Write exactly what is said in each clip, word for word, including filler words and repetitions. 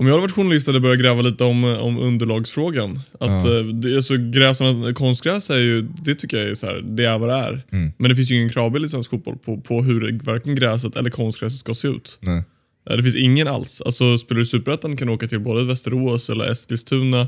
Om jag hade varit journalist hade jag börjat gräva lite om, om underlagsfrågan. Att Ja. det är så gräsarna, konstgräs är ju, det tycker jag är så här, det är vad det är. Mm. Men det finns ju ingen kravbild i svensk fotboll på, på hur varken gräset eller konstgräset ska se ut. Nej. Det finns ingen alls. Alltså spelar du i Superettan kan du åka till både Västerås eller Eskilstuna.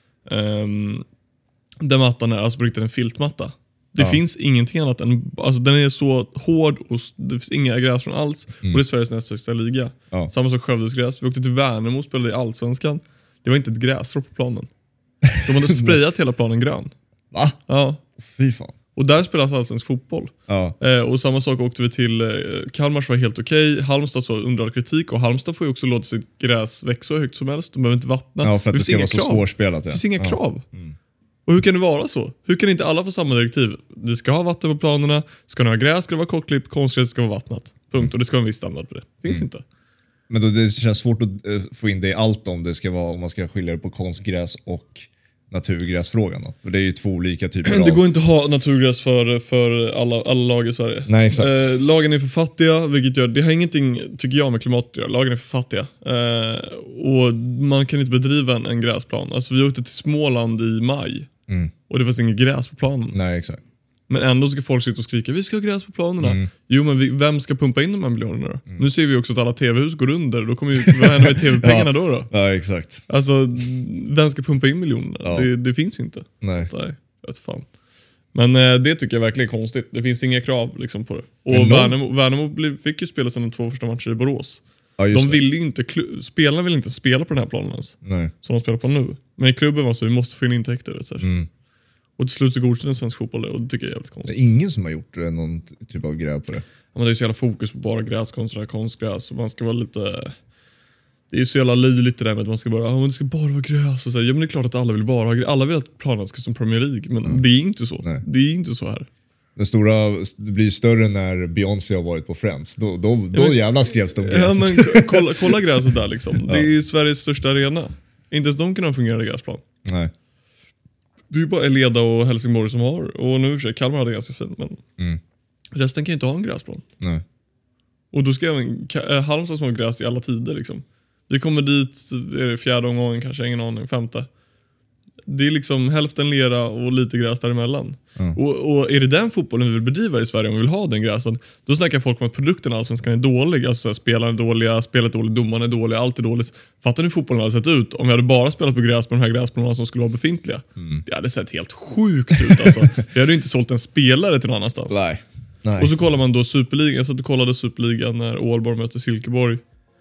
Um, där mattan är alltså på riktigt en filtmatta. Det Ja. finns ingenting annat än, alltså den är så hård och det finns inga gräs från alls. Mm. Och det är Sveriges näst högsta liga. Ja. Samma som Skövdes gräs. Vi åkte till Värnamo och spelade i Allsvenskan. Det var inte ett grässtrå på planen. De hade sprayat hela planen grön. Va? Ja. Fy fan. Och där spelas allsvensk fotboll. Ja. Eh, och samma sak åkte vi till eh, Kalmar var helt okej. Okay. Halmstad så under all kritik. Och Halmstad får ju också låta sitt gräs växa hur högt som helst. De behöver inte vattna. Ja, för att det, det ska vara så krav. svårspelat. Ja. Det finns inga ja. krav. Mm. Och hur kan det vara så? Hur kan inte alla få samma direktiv? Det ska ha vatten på planerna. Ska det ha gräs ska det vara kortklipp. Konstgräs ska vara vattnat. Punkt. Och det ska vara en viss standard på det. Finns Mm. inte. Men då det känns svårt att uh, få in det i allt om det ska vara, om man ska skilja det på konstgräs och naturgräsfrågan då. För det är ju två olika typer Det av... går inte att ha naturgräs för, för alla, alla lag i Sverige. Nej, exakt. Eh, lagen är för fattiga, vilket gör, det har ingenting, tycker jag, med klimatet att göra. Lagen är för fattiga. Eh, och man kan inte bedriva en, en gräsplan. Alltså vi åkte till Småland i maj. Mm. Och det fanns inget gräs på planen. Nej, exakt. Men ändå ska folk sitta och skrika, vi ska ha gräs på planerna. Mm. Jo, men vi, vem ska pumpa in de här miljonerna då? Mm. Nu ser vi också att alla tv-hus går under. Då kommer ju, vad händer med tv-pengarna ja. då då? Ja, exakt. Alltså, vem ska pumpa in miljonerna? Ja. Det, det finns ju inte. Nej. Nej, jag vet fan. Men eh, det tycker jag verkligen är konstigt. Det finns inga krav liksom, på det. Och någon... Värnamo, Värnamo blev, fick ju spela sina två första matcher i Borås. Ja, just de det. ville ju inte, spelarna vill inte spela på den här planen ens. Nej. Som de spelar på nu. Men i klubben var så vi måste få in intäkter. Så Mm. Och till slut så godkänner svensk fotboll det, och det tycker jag är jävligt konstigt. Det är ingen som har gjort eh, någon typ av gräv på det. Ja, men det är så jävla fokus på bara gräs kontra konstgräs. Och man ska vara lite... Det är så jävla löjligt det där med att man ska bara, ja, men det ska bara vara gräs och så här. Ja, men det är klart att alla vill bara ha gräs. Alla vill att planen ska som Premier League, men Mm. det är inte så. Nej. Det är inte så här. Den stora, det blir större när Beyoncé har varit på Friends. Då, då, då Ja, men- jävlar skrevs det om Ja, gräset. men kolla, kolla gräset där liksom. Det är Ja. ju Sveriges största arena. Inte ens de kan ha en fungerande gräsplan. Nej. Det är ju bara Eleda och Helsingborg som har. Och nu i och för sig, Kalmar hade ganska fint, men Mm. resten kan ju inte ha en gräsplan. Nej. Och då ska även äh, Halmstad som har gräs i alla tider liksom. Vi kommer dit, är det fjärde omgången kanske, ingen aning, femte. Det är liksom hälften lera och lite gräs däremellan. Mm. Och, och är det den fotbollen vi vill bedriva i Sverige, om vi vill ha den gräsen, då snackar folk om att produkten allsvenskan är dålig. Alltså så här, spelarna är dåliga, spelet är dåligt, domarna är dåliga, allt är dåligt. Fattar ni hur fotbollen hade sett ut om vi hade bara spelat på gräs på de här gräsplanerna som skulle vara befintliga? Mm. Det hade sett helt sjukt ut alltså. Vi hade ju inte sålt en spelare till någon annanstans. Nej. Nej. Och så kollar man då Superligan. Jag satt och kollade Superligan när Ålborg mötte Silkeborg.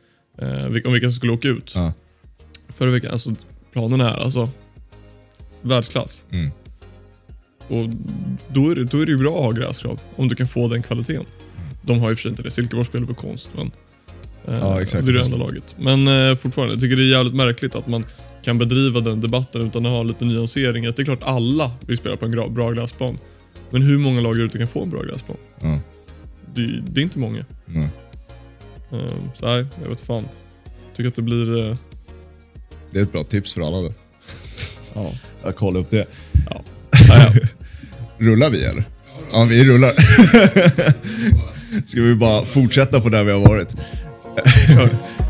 Eh, om vilka som skulle åka ut. Ja. Förra veckan, alltså planen är alltså världsklass. Mm. Och då är, det, då är det ju bra att ha gräskrav. Om du kan få den kvaliteten. De har ju för sig inte det. Silkeborg spelar på konst. Men, eh, Ja, exakt. det är det enda laget. Men eh, fortfarande, jag tycker det är jävligt märkligt att man kan bedriva den debatten utan att ha lite nyansering. Det är klart alla vill spela på en gra- bra gräsplan. Men hur många lag ute kan få en bra gräsplan? Ja. Det, det är inte många. Nej. Uh, så nej, jag vet fan. Tycker att det blir... Uh, Det är ett bra tips för alla då. ja. Jag kollar upp det. Ja. Ja, ja. Rullar vi eller? Ja, vi rullar. Ska vi bara fortsätta på där vi har varit? Kör.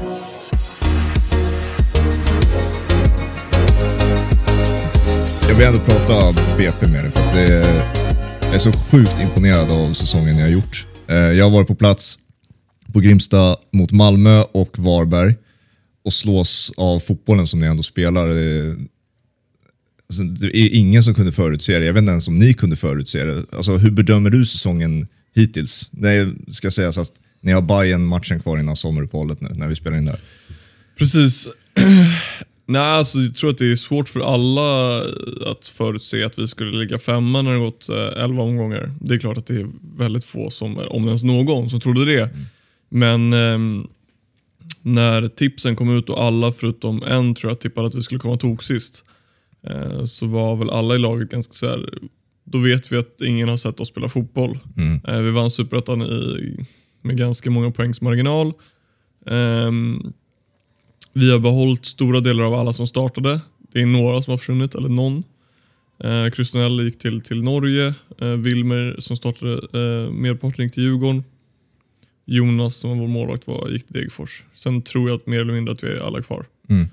Jag vill ändå prata B P med dig för att det är, jag är så sjukt imponerad av säsongen jag har gjort. Eh, Jag har varit på plats på Grimsta mot Malmö och Varberg och slås av fotbollen som ni ändå spelar. Det, alltså, det är ingen som kunde förutse det. Jag vet inte ens om ni kunde förutse det. Alltså, hur bedömer du säsongen hittills? Det ska sägas att ni har Bayern-matchen kvar innan sommaruppehållet nu när vi spelar in där. Precis. Nej, alltså jag tror att det är svårt för alla att förutse att vi skulle ligga femma när det gått eh, elva omgångar. Det är klart att det är väldigt få, som, om ens någon, som trodde det. Mm. Men eh, när tipsen kom ut och alla förutom en tror jag tippade att vi skulle komma tog sist, eh, så var väl alla i laget ganska så här. Då vet vi att ingen har sett oss spela fotboll. Mm. Eh, vi vann Superettan i, med ganska många poängs marginal. Eh, Vi har behållit stora delar av alla som startade. Det är några som har försvunnit, eller någon. Eh, Krusnell gick till, till Norge. Eh, Wilmer som startade eh, merparten gick till Djurgården. Jonas som var vår målvakt var, gick till Degerfors. Sen tror jag att mer eller mindre att vi är alla kvar. Mm.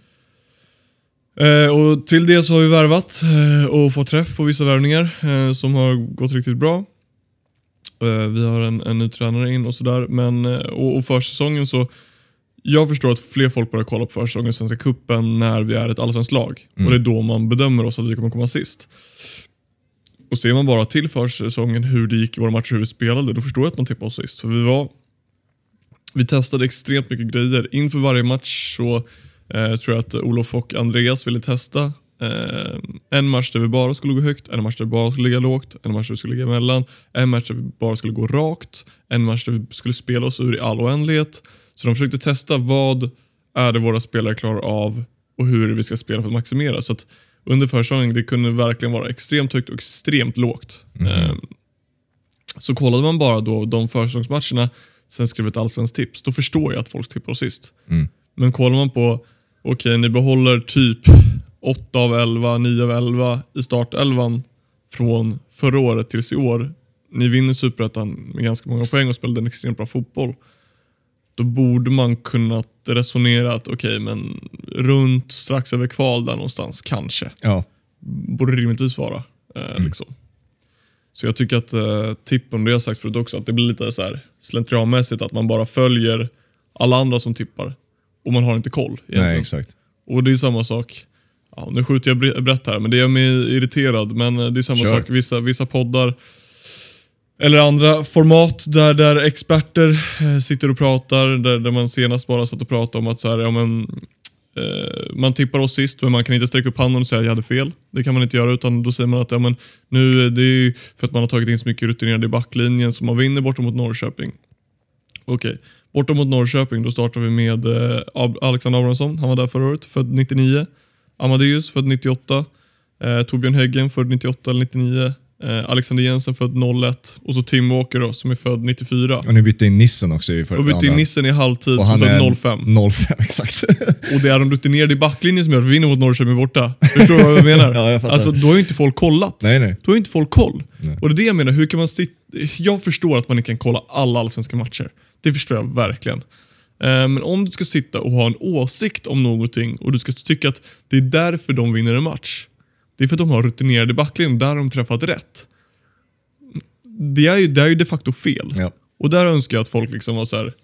Eh, och till det så har vi värvat eh, och fått träff på vissa värvningar eh, som har gått riktigt bra. Eh, vi har en, en ny tränare in och sådär. Men, eh, och, och försäsongen så... Jag förstår att fler folk börjar kolla på försäsongen Svenska cupen när vi är ett allsvenskt lag. Mm. Och det är då man bedömer oss att vi kommer komma sist. Och ser man bara till försäsongen hur det gick i våra matcher, hur vi spelade, då förstår jag att man tippar oss sist. För vi var... Vi testade extremt mycket grejer. Inför varje match så eh, tror jag att Olof och Andreas ville testa eh, en match där vi bara skulle gå högt, en match där vi bara skulle ligga lågt, en match där vi skulle ligga emellan, en match där vi bara skulle gå rakt, en match där vi skulle spela oss ur i all oändlighet. Så de försökte testa vad är det våra spelare klarar av och hur vi ska spela för att maximera. Så att under försäsongen det kunde verkligen vara extremt högt och extremt lågt. Mm. Eh, så kollade man bara då de försäsongsmatcherna, sen skrev ett allsvenskt tips, då förstår jag att folk tippar oss sist. Mm. Men kollar man på, okej, okay, ni behåller typ åtta av elva, nio av elva i startelvan från förra året tills i år. Ni vinner Superettan med ganska många poäng och spelade en extremt bra fotboll. Då borde man kunna resonera att okej, okay, men runt strax över kval där någonstans, kanske. Ja. Borde rimligtvis vara. Eh, mm. liksom. Så jag tycker att eh, tippen, det har jag sagt förut också, att det blir lite så här slentrianmässigt att man bara följer alla andra som tippar och man har inte koll egentligen. Nej, exakt. Och det är samma sak. Ja, nu skjuter jag brett här, men det gör mig irriterad. Men det är samma Kör. sak. Vissa, vissa poddar eller andra format där, där experter eh, sitter och pratar, där, där man senast bara satt och pratade om att så här, ja, men, eh, man tippar oss sist, men man kan inte sträcka upp handen och säga att jag hade fel. Det kan man inte göra, utan då säger man att ja, men, nu det är ju för att man har tagit in så mycket rutinerade i backlinjen som man vinner bortom mot Norrköping. Okej, okay. Bortom mot Norrköping, då startar vi med eh, Alexander Abrahamsson, han var där förra året, född nittionio. Amadeus, född nittioåtta. Eh, Torbjörn Häggen, född nittioåtta eller nittionio. Eh, Alexander Jensen, född noll ett. Och så Tim Walker då, som är född nittiofyra. Och ni bytte in Nissen också i för Och bytte in Nissen i halvtid, och som född noll fem. noll fem, exakt. Och det är de rutinerade i backlinjen som gör att vi vinner mot Norrköping borta. Förstår du vad jag menar? Ja, jag fattar. Alltså, då har ju inte folk kollat. Nej, nej. Då har ju inte folk koll. Nej. Och det är det jag menar, hur kan man sitta... Jag förstår att man inte kan kolla alla allsvenska matcher. Det förstår jag verkligen. Uh, men om du ska sitta och ha en åsikt om någonting och du ska tycka att det är därför de vinner en match. Det är för att de har rutinerade backlinjen, där de träffat rätt. Det är ju, det är ju de facto fel. Ja. Och där önskar jag att folk liksom var så här: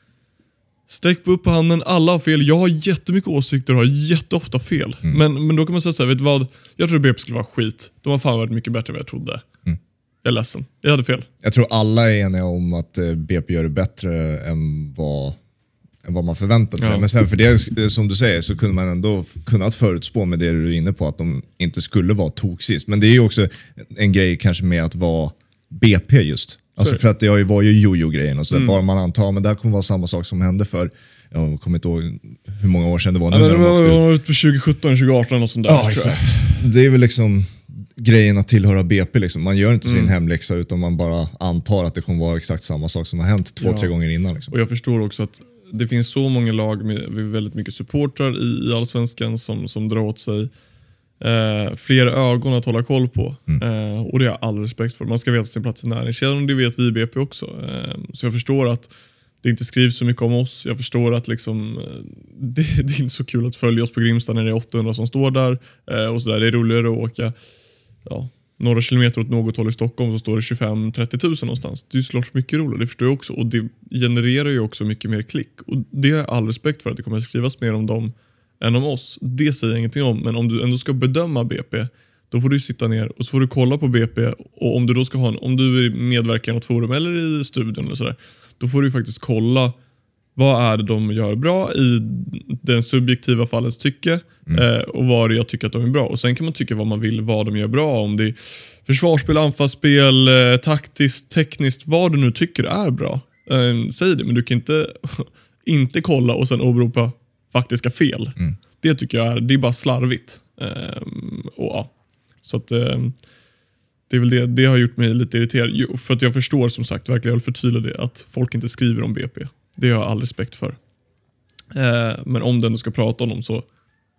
sträck upp på handen, alla har fel. Jag har jättemycket åsikter och har jätteofta fel. Mm. Men, men då kan man säga så här, vet du vad? Jag tror B P skulle vara skit. De har fan varit mycket bättre än vad jag trodde. Mm. Jag är ledsen. Jag hade fel. Jag tror alla är eniga om att B P gör det bättre än vad, än vad man förväntade sig. Ja. Men sen för det, som du säger, så kunde man ändå kunnat förutspå med det du är inne på, att de inte skulle vara toksist. Men det är ju också en grej kanske med att vara B P just. Alltså för att det var ju jojo-grejen och så mm. bara man antar, men det här kommer vara samma sak som hände för, jag kommer inte ihåg hur många år sedan det var nu. Ja, det var, det var på tjugo sjutton tjugo arton och sånt där. Ja, exakt. Det är väl liksom grejen att tillhöra B P liksom. Man gör inte sin mm. hemläxa, utan man bara antar att det kommer vara exakt samma sak som har hänt två, ja. tre gånger innan liksom. Och jag förstår också att det finns så många lag med, med väldigt mycket supportrar i, i Allsvenskan som, som drar åt sig Uh, fler ögon att hålla koll på. Mm. Uh, och det har jag all respekt för. Man ska veta sin plats i näringskedjan, och det vet vi i B P också. Uh, så jag förstår att det inte skrivs så mycket om oss. Jag förstår att liksom, uh, det, det är inte så kul att följa oss på Grimsta när det är åttahundra som står där. Uh, och så där. Det är roligare att åka ja, några kilometer åt något håll i Stockholm, så står det tjugofem till trettio tusen någonstans. Det är ju såklart mycket roligt, det förstår jag också. Och det genererar ju också mycket mer klick. Och det har jag all respekt för, att det kommer att skrivas mer om dem än om oss. Det säger jag ingenting om. Men om du ändå ska bedöma B P, då får du sitta ner och så får du kolla på B P. Och om du då ska ha en, om du är medverkar i något forum eller i studion eller sådär, då får du faktiskt kolla vad är det de gör bra i den subjektiva fallets tycke. Mm. eh, och vad det jag tycker att de är bra. Och sen kan man tycka vad man vill, vad de gör bra. Om det är försvarsspel, anfallsspel, eh, taktiskt, tekniskt, vad du nu tycker är bra. Eh, säg det, men du kan inte inte kolla och sen åberopa faktiska fel. Mm. Det tycker jag är, det är bara slarvigt. Um, och ja. Så att um, det är väl det, det har gjort mig lite irriterad. Jo, för att jag förstår, som sagt, verkligen, jag vill förtydliga det, att folk inte skriver om B P. Det har jag all respekt för. Uh, men om den du ska prata om dem, så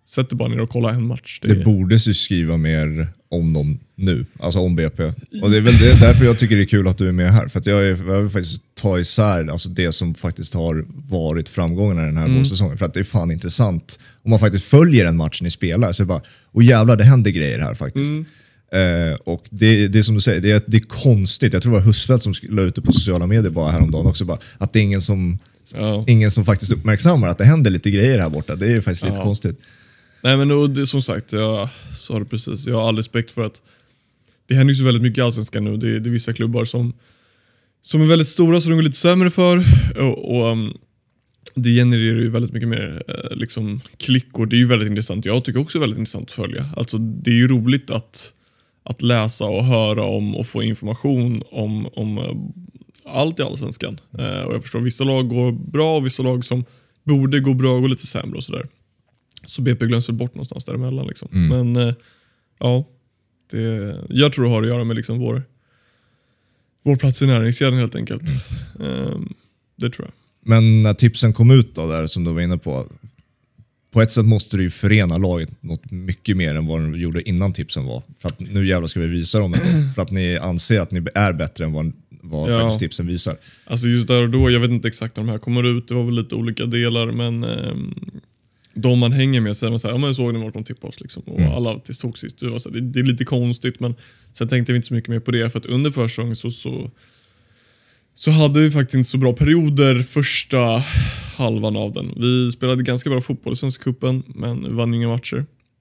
sätter bara ner och kollar en match. Det, det borde ju skriva mer om dem nu, alltså om B P. Och det är väl det, därför jag tycker det är kul att du är med här. För att jag, är, jag vill faktiskt ta isär alltså det som faktiskt har varit framgångarna i den här mm. säsongen. För att det är fan intressant. Om man faktiskt följer en match ni spelar så är det bara, och jävlar det händer grejer här faktiskt. Mm. Eh, och det, det är som du säger, det är, det är konstigt. Jag tror det var Husfeldt som la ut det på sociala medier bara häromdagen också. Bara, att det är ingen som, ja. ingen som faktiskt uppmärksammar att det händer lite grejer här borta. Det är faktiskt ja. lite konstigt. Nej men och det, som sagt, jag sa det precis. Jag har all respekt för att det händer ju så väldigt mycket i Allsvenskan nu. Det är, det är vissa klubbar som, som är väldigt stora så de går lite sämre för. Och, och um, det genererar ju väldigt mycket mer eh, liksom, klickor. Det är ju väldigt intressant. Jag tycker också det är väldigt intressant att följa. Alltså det är ju roligt att, att läsa och höra om och få information om, om uh, allt i Allsvenskan. Eh, och jag förstår vissa lag går bra och vissa lag som borde gå bra går lite sämre och sådär. Så B P glöms väl bort någonstans däremellan liksom. Mm. Men eh, ja, det, jag tror det har att göra med liksom vår, vår plats i näringskedjan helt enkelt. Mm. Um, det tror jag. Men när tipsen kom ut då där som du var inne på, på ett sätt måste du ju förena laget något mycket mer än vad de gjorde innan tipsen var. För att nu jävlar ska vi visa dem för att ni anser att ni är bättre än vad, vad ja. faktiskt tipsen visar. Alltså just där och då, jag vet inte exakt när de här kommer ut, det var väl lite olika delar men um, de man hänger med säger man så här, ja men jag såg ni vart de tippade oss liksom. Och mm. alla till såg sist, det, var så här, det, det är lite konstigt men sen tänkte vi inte så mycket mer på det för att under försäsongen så, så så hade vi faktiskt inte så bra perioder första halvan av den. Vi spelade ganska bra fotboll i Svenska cupen men vann inga matcher.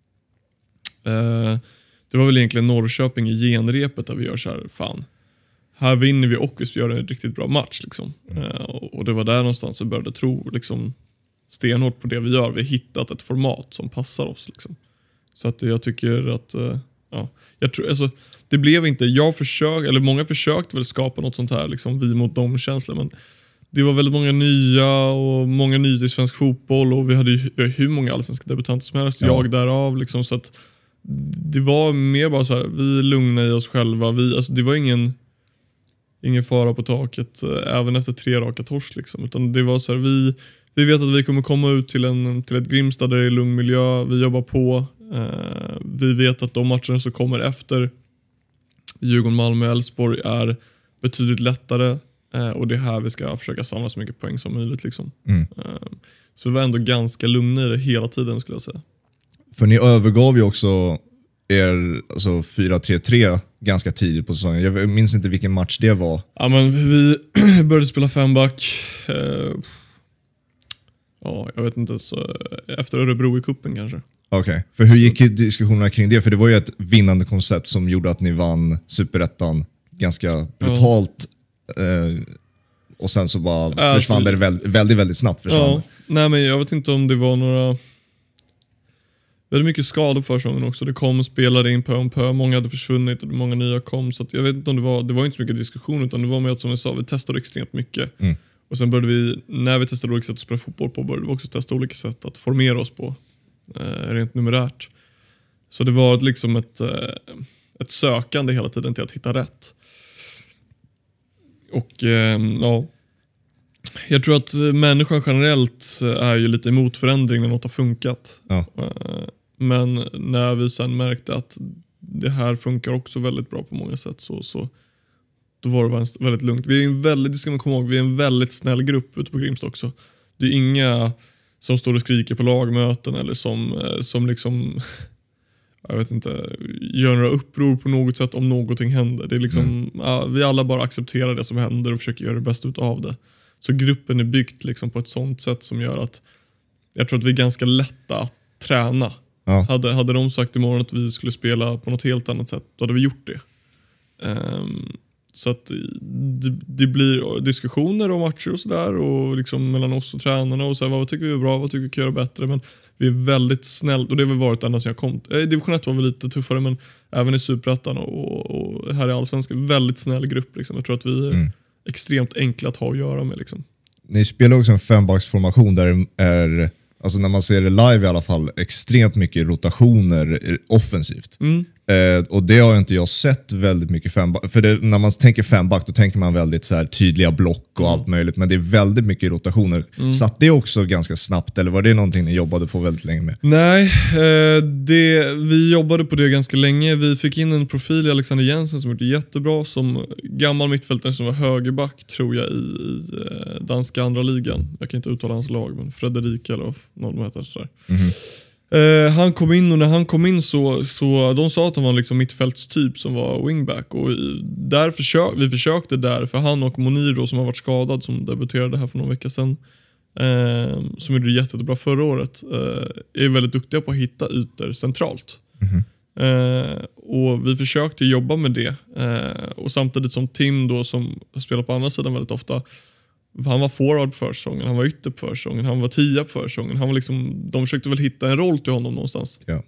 Eh, det var väl egentligen Norrköping i genrepet där vi gör så här, fan. Här vinner vi och vi gör en riktigt bra match liksom. Mm. Eh, och, och det var där någonstans vi började tro liksom stenhårt på det vi gör. Vi har hittat ett format som passar oss liksom. Så att jag tycker att uh, ja, jag tror alltså det blev inte jag försökte eller många försökte väl skapa något sånt här liksom vi mot dem känsla men det var väldigt många nya och många nya i svensk fotboll och vi hade ju hur många allsvenska debutanter som helst ja. jag därav liksom så att det var mer bara så här vi lugnar i oss själva vi alltså det var ingen ingen fara på taket uh, även efter tre raka torsk liksom utan det var så här vi Vi vet att vi kommer komma ut till, en, till ett Grimstad där det är lugn miljö. Vi jobbar på. Eh, vi vet att de matcherna som kommer efter Djurgården, Malmö och Elfsborg är betydligt lättare. Eh, och det är här vi ska försöka samla så mycket poäng som möjligt. Liksom. Mm. Eh, så vi var ändå ganska lugna i det hela tiden skulle jag säga. För ni övergav ju också er alltså fyra tre tre ganska tidigt på säsongen. Jag minns inte vilken match det var. Ja, men vi började spela femback. Eh, Ja, jag vet inte, så efter Örebro i kuppen kanske. Okej, okay. För hur gick diskussionerna kring det? För det var ju ett vinnande koncept som gjorde att ni vann Superettan ganska brutalt. Ja. Eh, och sen så bara ja, försvann alltså, det väldigt, väldigt, väldigt snabbt. Ja, nej men jag vet inte om det var några... Väldigt mycket skador för säsongen också. Det kom spelare in på en pö. Många hade försvunnit och många nya kom. Så att jag vet inte om det var... Det var inte så mycket diskussion utan det var med att som jag sa, vi testade extremt mycket. Mm. Och sen började vi, när vi testade olika sätt att spela fotboll på, började vi också testa olika sätt att formera oss på. Eh, rent numerärt. Så det var liksom ett, eh, ett sökande hela tiden till att hitta rätt. Och eh, ja, jag tror att människan generellt är ju lite emot förändring när något har funkat. Ja. Eh, men när vi sen märkte att det här funkar också väldigt bra på många sätt så... så då var det väldigt lugnt. Vi är en väldigt, det ska man komma ihåg, vi är en väldigt snäll grupp ute på Grimstad också. Det är inga som står och skriker på lagmöten eller som, som liksom, jag vet inte, gör några uppror på något sätt om någonting händer. Det är liksom, mm. ja, vi alla bara accepterar det som händer och försöker göra det bästa utav det. Så gruppen är byggt liksom på ett sånt sätt som gör att jag tror att vi är ganska lätta att träna. Ja. Hade, hade de sagt imorgon att vi skulle spela på något helt annat sätt, då hade vi gjort det. Um, Så att det, det blir diskussioner om matcher och sådär och liksom mellan oss och tränarna och så här, vad tycker vi är bra, vad tycker vi kan göra bättre, men vi är väldigt snällt och det har väl varit ända sedan jag kom. Eh, division ett var väl lite tuffare men även i Superettan och, och här i Allsvenskan väldigt snäll grupp liksom. Jag tror att vi är mm. extremt enkla att ha att göra med liksom. Ni spelar också en fembacksformation där det är, alltså när man ser det live i alla fall, extremt mycket rotationer offensivt. Mm. Eh, och det har inte jag sett väldigt mycket femback. För det, när man tänker femback då tänker man väldigt så här tydliga block och mm. allt möjligt. Men det är väldigt mycket rotationer. Mm. Satt det också ganska snabbt eller var det någonting ni jobbade på väldigt länge med? Nej, eh, det, vi jobbade på det ganska länge. Vi fick in en profil i Alexander Jensen som gjorde jättebra. Som gammal mittfältare som var högerback tror jag i, i danska andra ligan. Jag kan inte uttala hans lag men Fredrik eller någon heter sådär. Mm. Uh, han kom in och när han kom in så, så de sa att han var liksom mittfältstyp som var wingback och där försök, vi försökte där för han och Monir då, som har varit skadad som debuterade här för någon vecka sedan uh, som gjorde det jättebra förra året uh, är väldigt duktiga på att hitta ytor centralt. Mm-hmm. Uh, och vi försökte jobba med det uh, och samtidigt som Tim då som spelar på andra sidan väldigt ofta. Han var forward på försäsongen, han var ytter på försäsongen, han var tia på försäsongen. Han var liksom, de försökte väl hitta en roll till honom någonstans. Ja.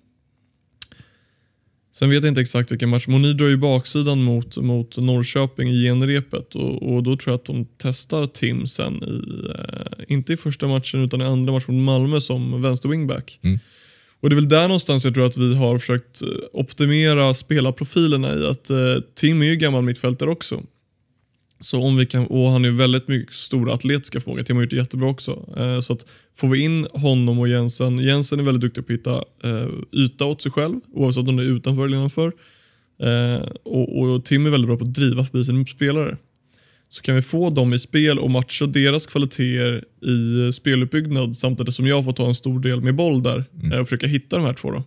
Sen vet jag inte exakt vilken match. Moni drar ju baksidan mot, mot Norrköping i genrepet. Och, och då tror jag att de testar Tim sen i, eh, inte i första matchen utan i andra matchen mot Malmö som vänster wingback. Mm. Och det är väl där någonstans jag tror att vi har försökt optimera spelarprofilerna i att eh, Tim är ju gammal mittfältare också. Så om vi kan, och han är väldigt mycket stora atletiska förmåga. Tim har gjort det jättebra också. Eh, så att får vi in honom och Jensen. Jensen är väldigt duktig på att hitta eh, yta åt sig själv. Oavsett om det är utanför eller innanför. Eh, och, och Tim är väldigt bra på att driva förbi sin spelare. Så kan vi få dem i spel och matcha deras kvaliteter i speluppbyggnad. Samtidigt som jag får ta en stor del med boll där. Mm. Eh, och försöka hitta de här två då.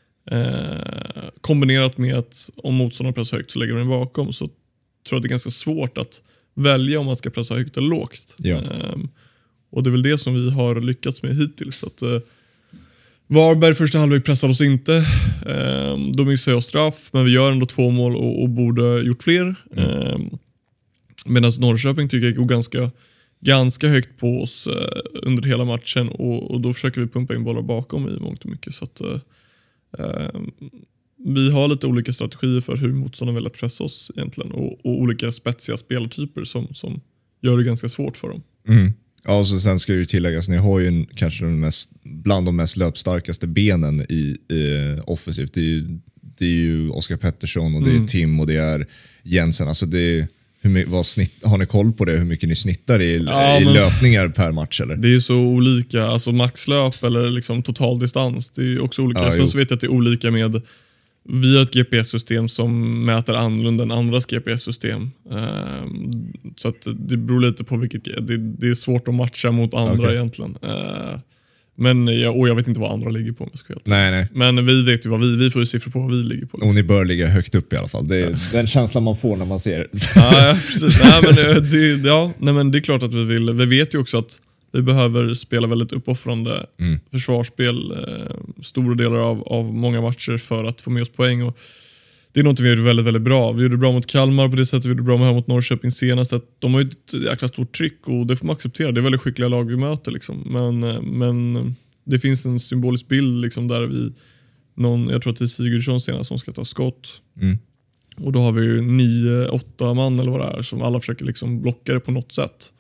Eh, kombinerat med att om motståndaren pressar högt så lägger vi den bakom. Så tror att det är ganska svårt att välja om man ska pressa högt eller lågt. Ja. Um, och det är väl det som vi har lyckats med hittills. Att, uh, Varberg första halvlek pressade oss inte. Um, då missade jag straff, men vi gör ändå två mål och, och borde gjort fler. Mm. Um, Medan Norrköping tycker jag går ganska, ganska högt på oss uh, under hela matchen och, och då försöker vi pumpa in bollar bakom i mångt och mycket. Så att... Uh, um, Vi har lite olika strategier för hur motståndaren vill att pressa oss egentligen och, och olika spetsiga spelartyper som, som gör det ganska svårt för dem. Mm. Ja, och så sen ska det ju tilläggas, ni har ju en, kanske den mest, bland de mest löpstarkaste benen i, i offensivt. Det är ju, det är ju Oskar Pettersson och det mm. är Tim och det är Jensen. Alltså det är, hur, vad snitt, har ni koll på det? Hur mycket ni snittar i, ja, i löpningar per match? Eller? Det är ju så olika, alltså maxlöp eller liksom total distans. Det är ju också olika. Ja, sen så vet jag att det är olika med. Vi har ett G P S-system som mäter annorlunda än andras G P S-system. Um, så att det beror lite på vilket... Det, det är svårt att matcha mot andra okay. egentligen. Uh, men jag, och jag vet inte vad andra ligger på. Om jag ska nej, nej. Men vi vet ju vad vi... Vi får ju siffror på vad vi ligger på. Liksom. Och ni bör ligga högt upp i alla fall. Det är ja. den känslan man får när man ser det. Ja, precis. Nej, men det, ja, nej, men det är klart att vi vill... Vi vet ju också att vi behöver spela väldigt uppoffrande mm. försvarsspel eh, stora delar av, av många matcher för att få med oss poäng. Och det är något vi gjorde väldigt, väldigt bra. Vi gjorde bra mot Kalmar på det sättet, vi gjorde bra med här mot Norrköping senast. Att de har ju ett jäkla stort tryck och det får man acceptera. Det är väldigt skickliga lag vi möter. Liksom. Men, men det finns en symbolisk bild liksom, där vi, någon, jag tror att det är Sigurdsson senast som ska ta skott. Mm. Och då har vi ju nio, åtta man eller vad det är som alla försöker liksom blocka det på något sätt.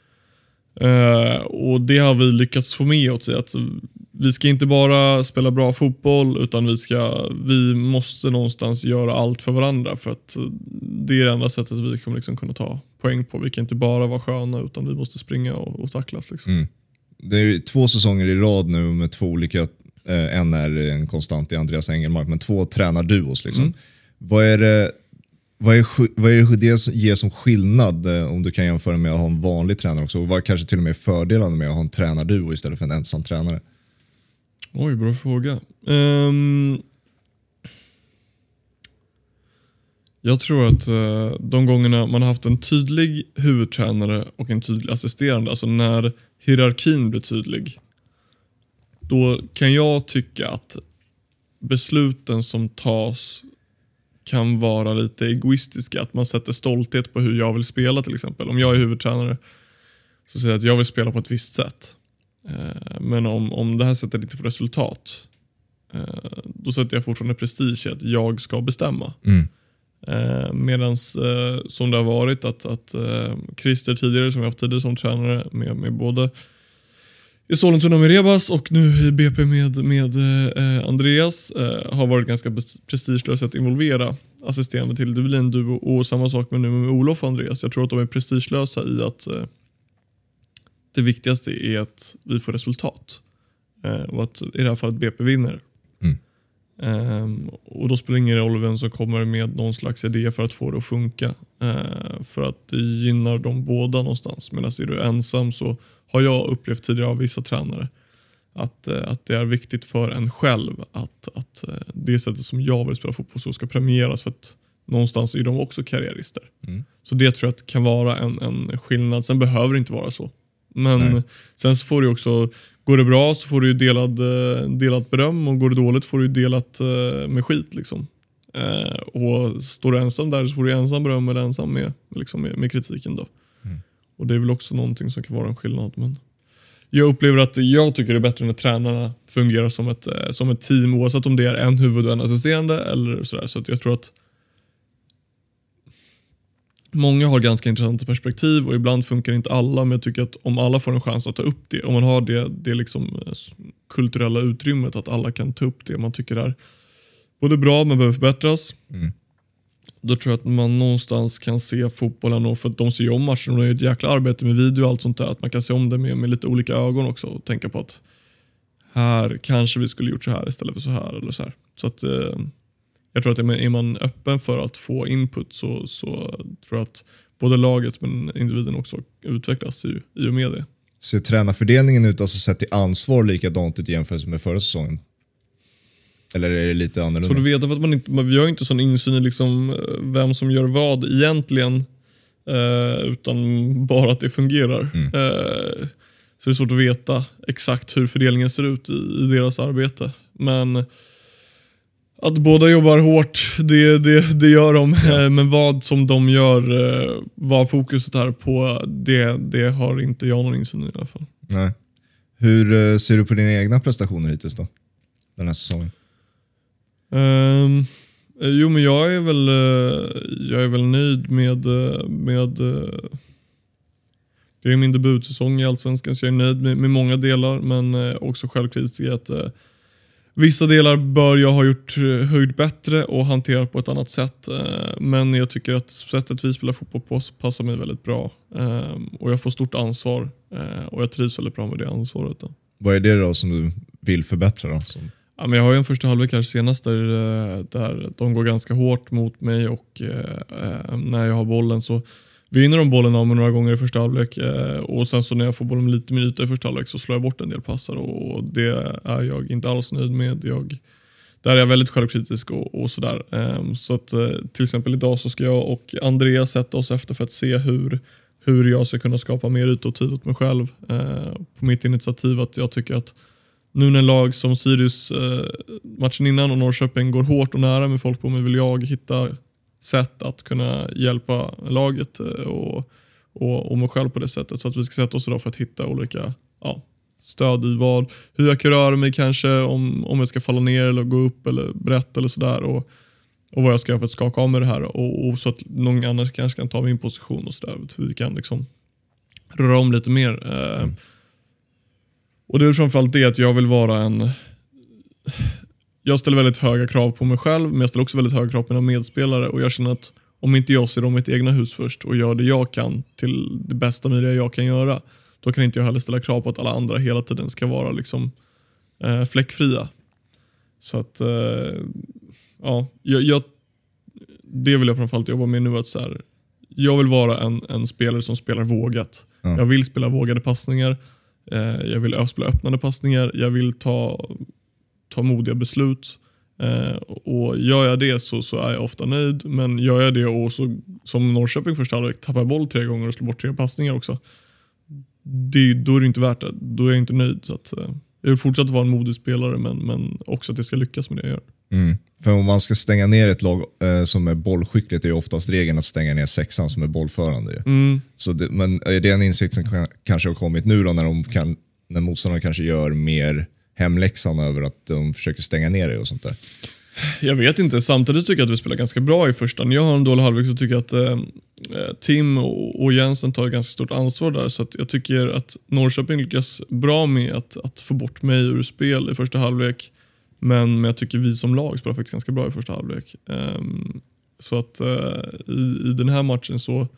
Uh, och det har vi lyckats få med oss i att vi ska inte bara spela bra fotboll utan vi ska vi måste någonstans göra allt för varandra för att det är det enda sättet vi kommer liksom kunna ta poäng på. Vi kan inte bara vara sköna utan vi måste springa och, och tacklas liksom. Mm. Det är två säsonger i rad nu med två olika eh, en är en konstant i Andreas Engelmark men två tränarduos liksom. Mm. Vad är det Vad är, vad är det ger som skillnad eh, om du kan jämföra med att ha en vanlig tränare också? Och vad kanske till och med fördelarna med att ha en tränarduo istället för en ensam tränare? Oj, bra fråga. Um, jag tror att uh, de gångerna man har haft en tydlig huvudtränare och en tydlig assisterande, alltså när hierarkin blir tydlig, då kan jag tycka att besluten som tas kan vara lite egoistiska. Att man sätter stolthet på hur jag vill spela till exempel. Om jag är huvudtränare så säger jag att jag vill spela på ett visst sätt. Eh, men om, om det här sätter inte för resultat eh, då sätter jag fortfarande prestige i att jag ska bestämma. Mm. Eh, medans eh, som det har varit att, att eh, Christer tidigare som jag haft tidigare som tränare med, med både i Sollentuna med Rebas och nu i B P med, med eh, Andreas eh, har varit ganska prestigelöst att involvera assisterande till. Det blir en duo och samma sak med nu med Olof och Andreas. Jag tror att de är prestigelösa i att eh, det viktigaste är att vi får resultat. Eh, och att i det här fallet B P vinner. Mm. Um, och då spelar det ingen roll vem som kommer med någon slags idé för att få det att funka. Uh, för att det gynnar dem båda någonstans. Medan är du ensam så har jag upplevt tidigare av vissa tränare att, uh, att det är viktigt för en själv att, att uh, det sättet som jag vill spela fotboll så ska premieras, för att någonstans är de också karriärister. Mm. Så det tror jag att kan vara en, en skillnad. Sen behöver det inte vara så. Men Nej. Sen så får du också, går det bra så får du ju delad, delat beröm, och går det dåligt får du ju delat med skit liksom. Eh, och står du ensam där så får du ensam beröm eller ensam med, liksom med, med kritiken då. Mm. Och det är väl också någonting som kan vara en skillnad. Men jag upplever att jag tycker det är bättre när tränarna fungerar som ett, som ett team, oavsett om det är en huvud och en assisterande eller sådär. Så att jag tror att många har ganska intressanta perspektiv och ibland funkar inte alla, men jag tycker att om alla får en chans att ta upp det, om man har det, det liksom kulturella utrymmet att alla kan ta upp det man tycker är både bra men behöver förbättras, mm. då tror jag att man någonstans kan se fotbollen, och för att de ser ju om matchen och det är ett jäkla arbete med video och allt sånt där, att man kan se om det med, med lite olika ögon också och tänka på att här kanske vi skulle gjort så här istället för så här eller så här. Så att eh, jag tror att är man öppen för att få input så, så tror jag att både laget men individen också utvecklas i, i och med det. Ser tränarfördelningen ut, alltså sett till ansvar, likadant ut jämfört med förra säsongen? Eller är det lite annorlunda? Så du vet att man inte, vi har inte sån insyn i liksom vem som gör vad egentligen, eh, utan bara att det fungerar. Mm. Eh, så det är svårt att veta exakt hur fördelningen ser ut i, i deras arbete. Men att båda jobbar hårt, det, det, det gör de. Ja. Men vad som de gör, vad fokuset är på, det, det har inte jag någon insyn i alla fall. Nej. Hur ser du på dina egna prestationer hittills då? Den här säsongen? Um, jo, men jag är väl jag är väl nöjd med, med det är min debutsäsong i Allsvenskan, så jag är nöjd med, med många delar, men också självkritisk i att vissa delar bör jag ha gjort höjd bättre och hanterat på ett annat sätt. Men jag tycker att sättet vi spelar fotboll på passar mig väldigt bra. Och jag får stort ansvar. Och jag trivs väldigt bra med det ansvaret. Då. Vad är det då som du vill förbättra då? Som... Ja, men jag har ju en första halvlek här senast där, där de går ganska hårt mot mig. Och när jag har bollen så vinner de bollen av mig några gånger i första halvlek, eh, och sen så när jag får bollen lite minuter i första halvlek så slår jag bort en del passar, och det är jag inte alls nöjd med. Jag, där är jag väldigt självkritisk och, och sådär. Eh, så att eh, till exempel idag så ska jag och Andreas sätta oss efter för att se hur, hur jag ska kunna skapa mer yta och tid åt mig själv. Eh, på mitt initiativ att jag tycker att nu när lag som Sirius eh, matchen innan och Norrköping går hårt och nära med folk på mig, vill jag hitta sätt att kunna hjälpa laget och, och, och mig själv på det sättet, så att vi ska sätta oss idag för att hitta olika ja, stöd i vad, hur jag kan röra mig kanske, om, om jag ska falla ner eller gå upp eller berätta eller sådär, och, och vad jag ska göra för att skaka av mig det här, och, och så att någon annan kanske kan ta min position och sådär, så vi kan liksom röra om lite mer. Mm. Och det är framförallt det att jag vill vara en... Jag ställer väldigt höga krav på mig själv, men jag ställer också väldigt höga krav på mina medspelare, och jag känner att om inte jag ser om mitt egna hus först och gör det jag kan till det bästa möjliga jag kan göra, då kan inte jag heller ställa krav på att alla andra hela tiden ska vara liksom eh, fläckfria. Så att eh, ja, jag, jag, det vill jag framförallt jobba med nu, att så här, jag vill vara en, en spelare som spelar vågat. Mm. Jag vill spela vågade passningar, eh, jag vill spela öppnande passningar, jag vill ta ta modiga beslut, eh, och gör jag det så, så är jag ofta nöjd, men gör jag det och så, som Norrköping första halvlek tappar boll tre gånger och slår bort tre passningar också, det, då är det inte värt det, då är jag inte nöjd. Så att, eh, jag vill fortsätta vara en modig spelare, men, men också att jag ska lyckas med det jag gör. Mm. För om man ska stänga ner ett lag eh, som är bollskickligt, är ju oftast regeln att stänga ner sexan som är bollförande. Mm. Så det, men är det en insikt som kan, kanske har kommit nu då, när, de kan, när motståndarna kanske gör mer hemläxan över att de försöker stänga ner det och sånt där? Jag vet inte. Samtidigt tycker jag att vi spelar ganska bra i första. När jag har en dålig halvlek så tycker jag att eh, Tim och, och Jensen tar ett ganska stort ansvar där, så att jag tycker att Norrköping lyckas bra med att, att få bort mig ur spel i första halvlek, men, men jag tycker vi som lag spelar faktiskt ganska bra i första halvlek. Um, så att uh, i, i den här matchen så,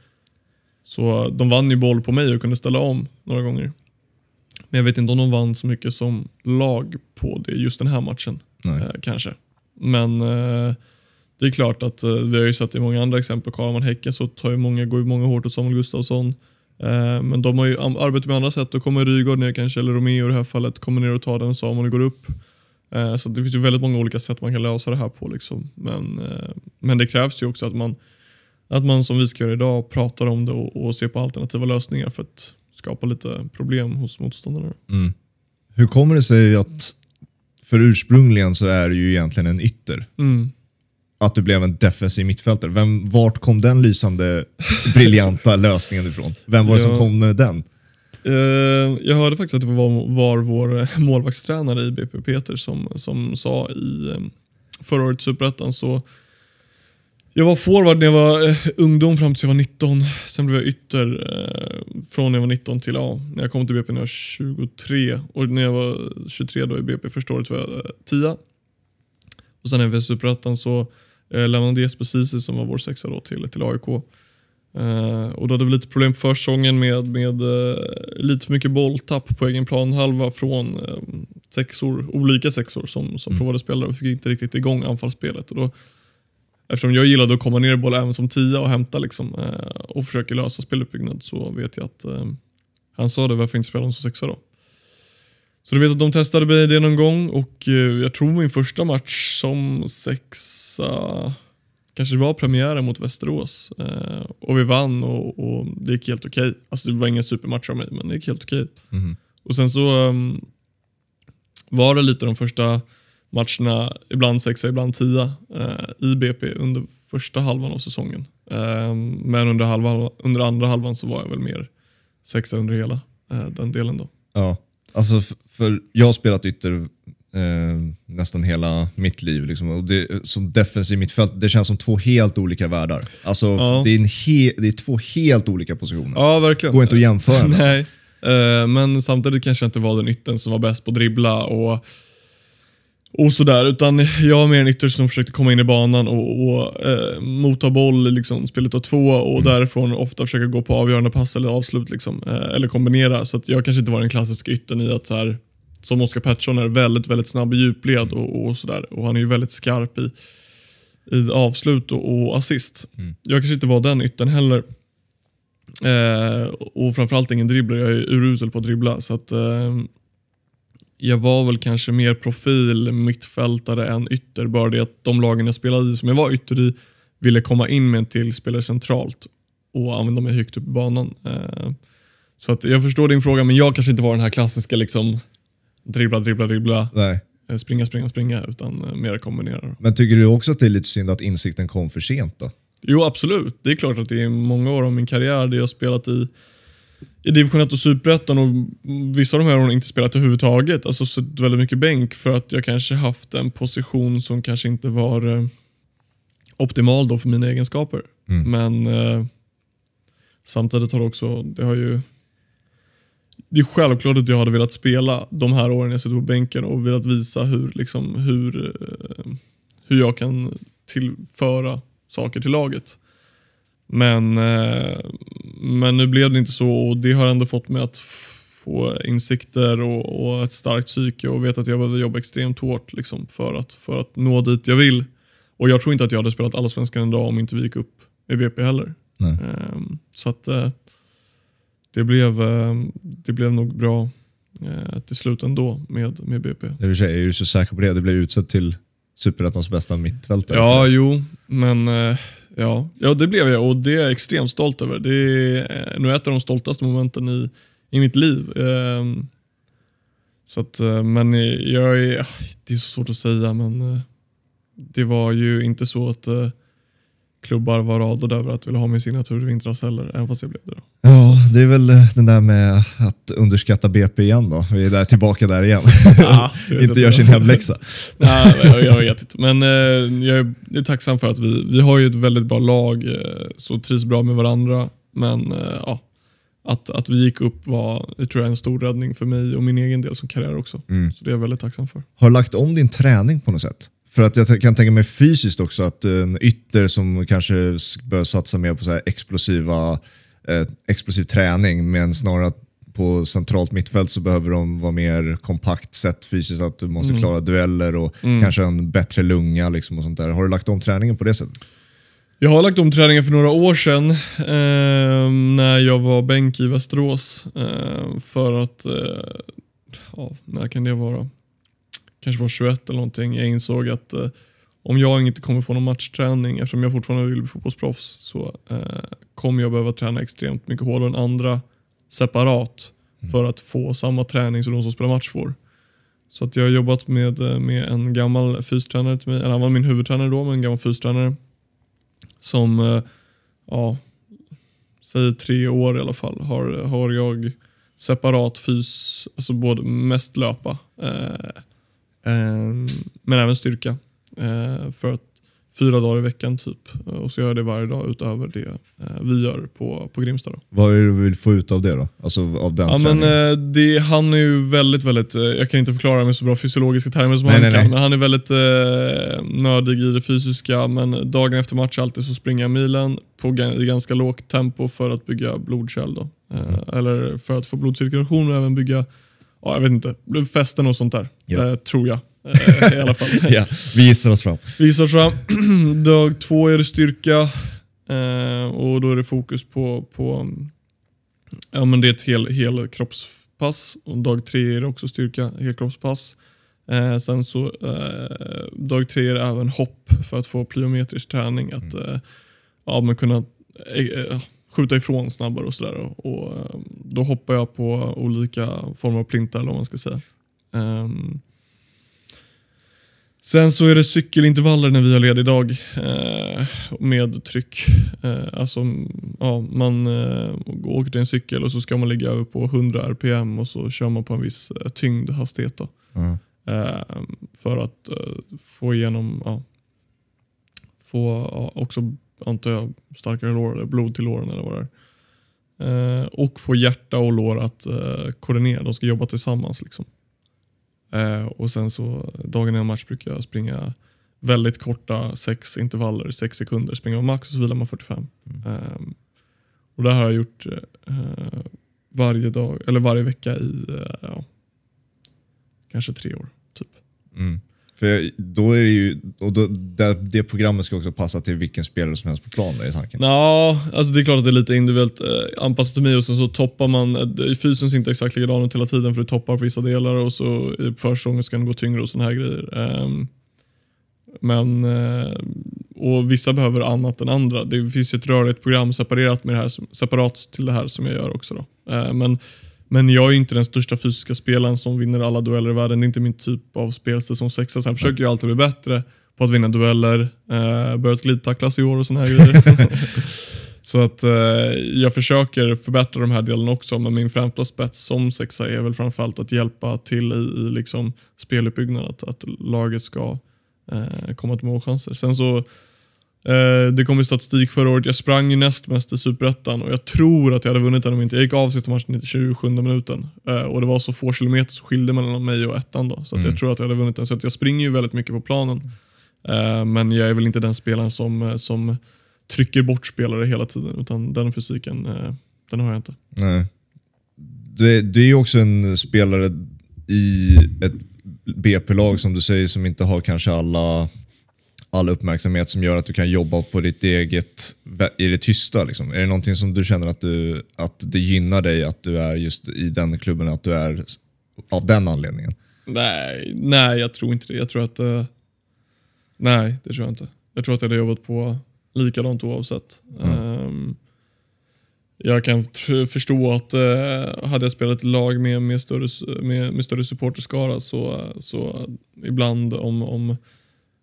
så de vann ju boll på mig och kunde ställa om några gånger. Men jag vet inte om de vann så mycket som lag på det just den här matchen. Uh, kanske. Men uh, det är klart att uh, vi har ju sett i många andra exempel. Kollar man Häcken så tar ju många, går ju många hårt åt Samuel Gustafsson. Uh, men de har ju arbetat med andra sätt. Då kommer Rygaard ner kanske, eller Romeo i det här fallet kommer ner och tar den Samuel och går upp. Uh, så det finns ju väldigt många olika sätt man kan lösa det här på. Liksom. Men, uh, men det krävs ju också att man, att man som vi ska göra idag pratar om det och, och ser på alternativa lösningar för att skapa lite problem hos motståndarna. Mm. Hur kommer det sig att för ursprungligen så är det ju egentligen en ytter. Mm. Att du blev en defensiv mittfältare. Vem, vart kom den lysande, briljanta lösningen ifrån? Vem var det ja. som kom med den? Uh, jag hörde faktiskt att det var, var vår målvaktstränare i B P Peter som, som sa i um, förra året Superettan, så jag var forward när jag var uh, ungdom fram till jag var nitton. Sen blev jag ytter uh, från när jag var nitton till ja, när jag kom till B P när jag var tjugotre. Och när jag var tjugotre då i B P första året var jag uh, tio. Och sen när jag var i Superettan så uh, lämnade Jesper Ceesay som var vår sexa då till, till A I K. Uh, och då hade vi lite problem på försäsongen med, med uh, lite för mycket bolltapp på egen planhalva från uh, sexor, olika sexor som, som mm. provade spelare och fick inte riktigt igång anfallsspelet. Och då, eftersom jag gillade att komma ner i boll även som tia och hämta liksom, uh, och försöka lösa speluppbyggnad, så vet jag att uh, han sa det, varför inte spela som sexa då. Så du vet att de testade det någon gång och uh, jag tror min första match som sexa kanske var premiären mot Västerås. Eh, och vi vann och, och det gick helt okej. Okay. Alltså det var ingen supermatch av mig, men det gick helt okej. Okay. Mm. Och sen så um, var det lite de första matcherna, ibland sexa, ibland tia eh, i B P under första halvan av säsongen. Eh, men under, halva, under andra halvan så var jag väl mer sexa under hela eh, den delen då. Ja, alltså för, för jag har spelat ytter Eh, nästan hela mitt liv liksom. Och det, som defensiv mittfält, det känns som två helt olika världar. Alltså ja. det, är en he, det är två helt olika positioner. Ja, verkligen. Går inte att jämföra. Nej, eh, men samtidigt kanske inte var den yttern som var bäst på att dribbla och, och sådär, utan jag var mer en ytter som försökte komma in i banan och, och eh, mota boll liksom, spelet av två och mm. därifrån ofta försöka gå på avgörande pass eller avslut liksom, eh, eller kombinera, så att jag kanske inte var den klassiska yttern i att så här, som Oskar Pettersson är väldigt, väldigt snabb i djupled och, och sådär. Och han är ju väldigt skarp i, i avslut och, och assist. Mm. Jag kanske inte var den yttern heller. Eh, och framförallt ingen dribbler. Jag är urusel på att dribbla. Så att eh, jag var väl kanske mer profil, mittfältare än ytter. Bara det att de lagen jag spelade i, som jag var ytter i, ville komma in med en till spelare centralt och använda mig högt upp i banan. Eh, så att jag förstår din fråga, men jag kanske inte var den här klassiska liksom dribbla, dribbla, dribbla, Nej. springa, springa, springa, utan mer kombinera. Men tycker du också att det är lite synd att insikten kom för sent då? Jo, absolut. Det är klart att det är många år av min karriär där jag har spelat i, i division ett och Superettan, och vissa av de här har inte spelat överhuvudtaget. Alltså suttit väldigt mycket bänk för att jag kanske haft en position som kanske inte var eh, optimal då för mina egenskaper. Mm. Men eh, samtidigt har det också, det har ju det är självklart att jag hade velat spela de här åren jag sitter på bänken och velat visa hur, liksom, hur, hur jag kan tillföra saker till laget. Men, men nu blev det inte så, och det har ändå fått mig att få insikter och, och ett starkt psyke och veta att jag behöver jobba extremt hårt liksom, för, att, för att nå dit jag vill. Och jag tror inte att jag hade spelat Allsvenskan en dag om inte vi gick upp i B P heller. Nej. Så att Det blev, det blev nog bra eh, till slut ändå med, med B P. Det vill säga, är du så säker på det? Det blev utsett till Superettans bästa mittfältare. Ja, jo. Men eh, ja. ja, det blev jag och det är jag extremt stolt över. Det är eh, nog ett av de stoltaste momenten i, i mitt liv. Eh, så att, eh, men jag är, det är så svårt att säga, men eh, det var ju inte så att eh, klubbar var radade över att vilja ha min signatur i vintras heller, även fast jag blev det då. Ja, det är väl den där med att underskatta B P igen då. Vi är där tillbaka där igen. Ja, inte gör sin hemläxa. Nej, jag, jag vet inte. Men eh, jag är tacksam för att vi, vi har ju ett väldigt bra lag, eh, så trivs bra med varandra. Men eh, ja, att, att vi gick upp var, det tror jag, en stor räddning för mig och min egen del som karriär också. Mm. Så det är jag väldigt tacksam för. Har du lagt om din träning på något sätt? För att jag kan tänka mig fysiskt också att en ytter som kanske bör satsa mer på så här explosiva, eh, explosiv träning, men snarare på centralt mittfält så behöver de vara mer kompakt sett fysiskt, att du måste klara mm. dueller och mm. kanske en bättre lunga liksom och sånt där. Har du lagt om träningen på det sättet? Jag har lagt om träningen för några år sedan eh, när jag var bänk i Västerås eh, för att eh, ja, när kan det vara? Kanske var tjugoett eller någonting. Jag insåg att eh, om jag inte kommer få någon matchträning, eftersom jag fortfarande vill bli fotbollsproffs, så eh, kommer jag behöva träna extremt mycket hårdare än andra separat mm. för att få samma träning som de som spelar match får. Så att jag har jobbat med, med en gammal fystränare till mig, eller han var min huvudtränare då, men en gammal fystränare som eh, ja, säger tre år i alla fall har, har jag separat fys, alltså både mest löpa eh, men även styrka för att fyra dagar i veckan typ, och så gör jag det varje dag utöver det vi gör på, på Grimsta då. Vad är det du vill få ut av det då? Alltså av den ja, men, det, han är ju väldigt, väldigt, jag kan inte förklara med så bra fysiologiska termer som nej, han nej, kan, nej. Men han är väldigt eh, nördig i det fysiska, men dagen efter match alltid så springer jag milen på i ganska lågt tempo för att bygga blodkärl då. Mm. Eh, eller för att få blodcirkulation och även bygga, ja, jag vet inte, fästen och sånt där, ja. eh, tror jag. eh, I alla fall. Ja, vi gissar oss fram. Vi gissar oss fram. Dag två är det styrka eh, och då är det fokus på, på ja, men det är ett hel, hel kroppspass, och dag tre är det också styrka, helkroppspass. Eh, sen så eh, dag tre är det även hopp för att få plyometrisk träning, att mm. eh, ja, man kunna eh, skjuta ifrån snabbare och sådär, och, och då hoppar jag på olika former av plintar, eller vad man ska säga. Um, sen så är det cykelintervaller när vi har ledig dag eh, med tryck. Eh, alltså ja, man eh, åker till en cykel och så ska man ligga över på hundra R P M och så kör man på en viss eh, tyngd hastighet då. Mm. Eh, för att eh, få igenom ja, få ja, också, antar jag, starkare lår eller blod till låren eller vad det är. Eh, och få hjärta och lår att eh, koordinera. De ska jobba tillsammans liksom. Eh, och sen så dagen innan match brukar jag springa väldigt korta sex intervaller, sex sekunder, springa av max och så vilar man fyrtiofem. Mm. Eh, och det här har jag gjort eh, varje dag eller varje vecka i eh, ja, kanske tre år typ. Mm. För då är det ju, och då, det, det programmet ska också passa till vilken spelare som helst på plan, är tanken. Ja, alltså det är klart att det är lite individuellt eh, anpassat till mig, och sen så toppar man i fysen inte exakt likadant hela tiden, för du toppar på vissa delar och så i försäsongen ska den gå tyngre och såna här grejer. Um, men uh, och vissa behöver annat än andra. Det finns ett rörligt program separerat med det här, separat till det här som jag gör också då. Uh, men Men jag är inte den största fysiska spelaren som vinner alla dueller i världen. Det är inte min typ av spelstil som sexa. Sen försöker jag alltid bli bättre på att vinna dueller. Eh, börjat glidtacklas i år och såna här grejer. Så att eh, jag försöker förbättra de här delarna också. Men min främsta spets som sexa är väl framförallt att hjälpa till i, i liksom speluppbyggnad. Att, att laget ska eh, komma till målchanser. Sen så Eh, det kom ju statistik förra året. Jag sprang ju näst mest i Superettan och jag tror att jag hade vunnit den om inte. Jag gick av sista matchen i tjugosjunde minuten eh, och det var så få kilometer som skilde mellan mig och ettan då. Så att mm. jag tror att jag hade vunnit den. Så att jag springer ju väldigt mycket på planen. Eh, men jag är väl inte den spelaren som, som trycker bort spelare hela tiden, utan den fysiken, eh, den har jag inte. Nej. Du, du är ju också en spelare i ett B P-lag som du säger, som inte har kanske alla all uppmärksamhet, som gör att du kan jobba på ditt eget i det tysta liksom. Är det någonting som du känner att du att det gynnar dig att du är just i den klubben, att du är av den anledningen? Nej, nej jag tror inte det. Jag tror att uh, nej, det tror jag inte. Jag tror att jag hade jobbat på likadant oavsett. Mm. Um, jag kan t- förstå att uh, hade jag spelat ett lag med med större med, med större supporterskara, så så ibland om om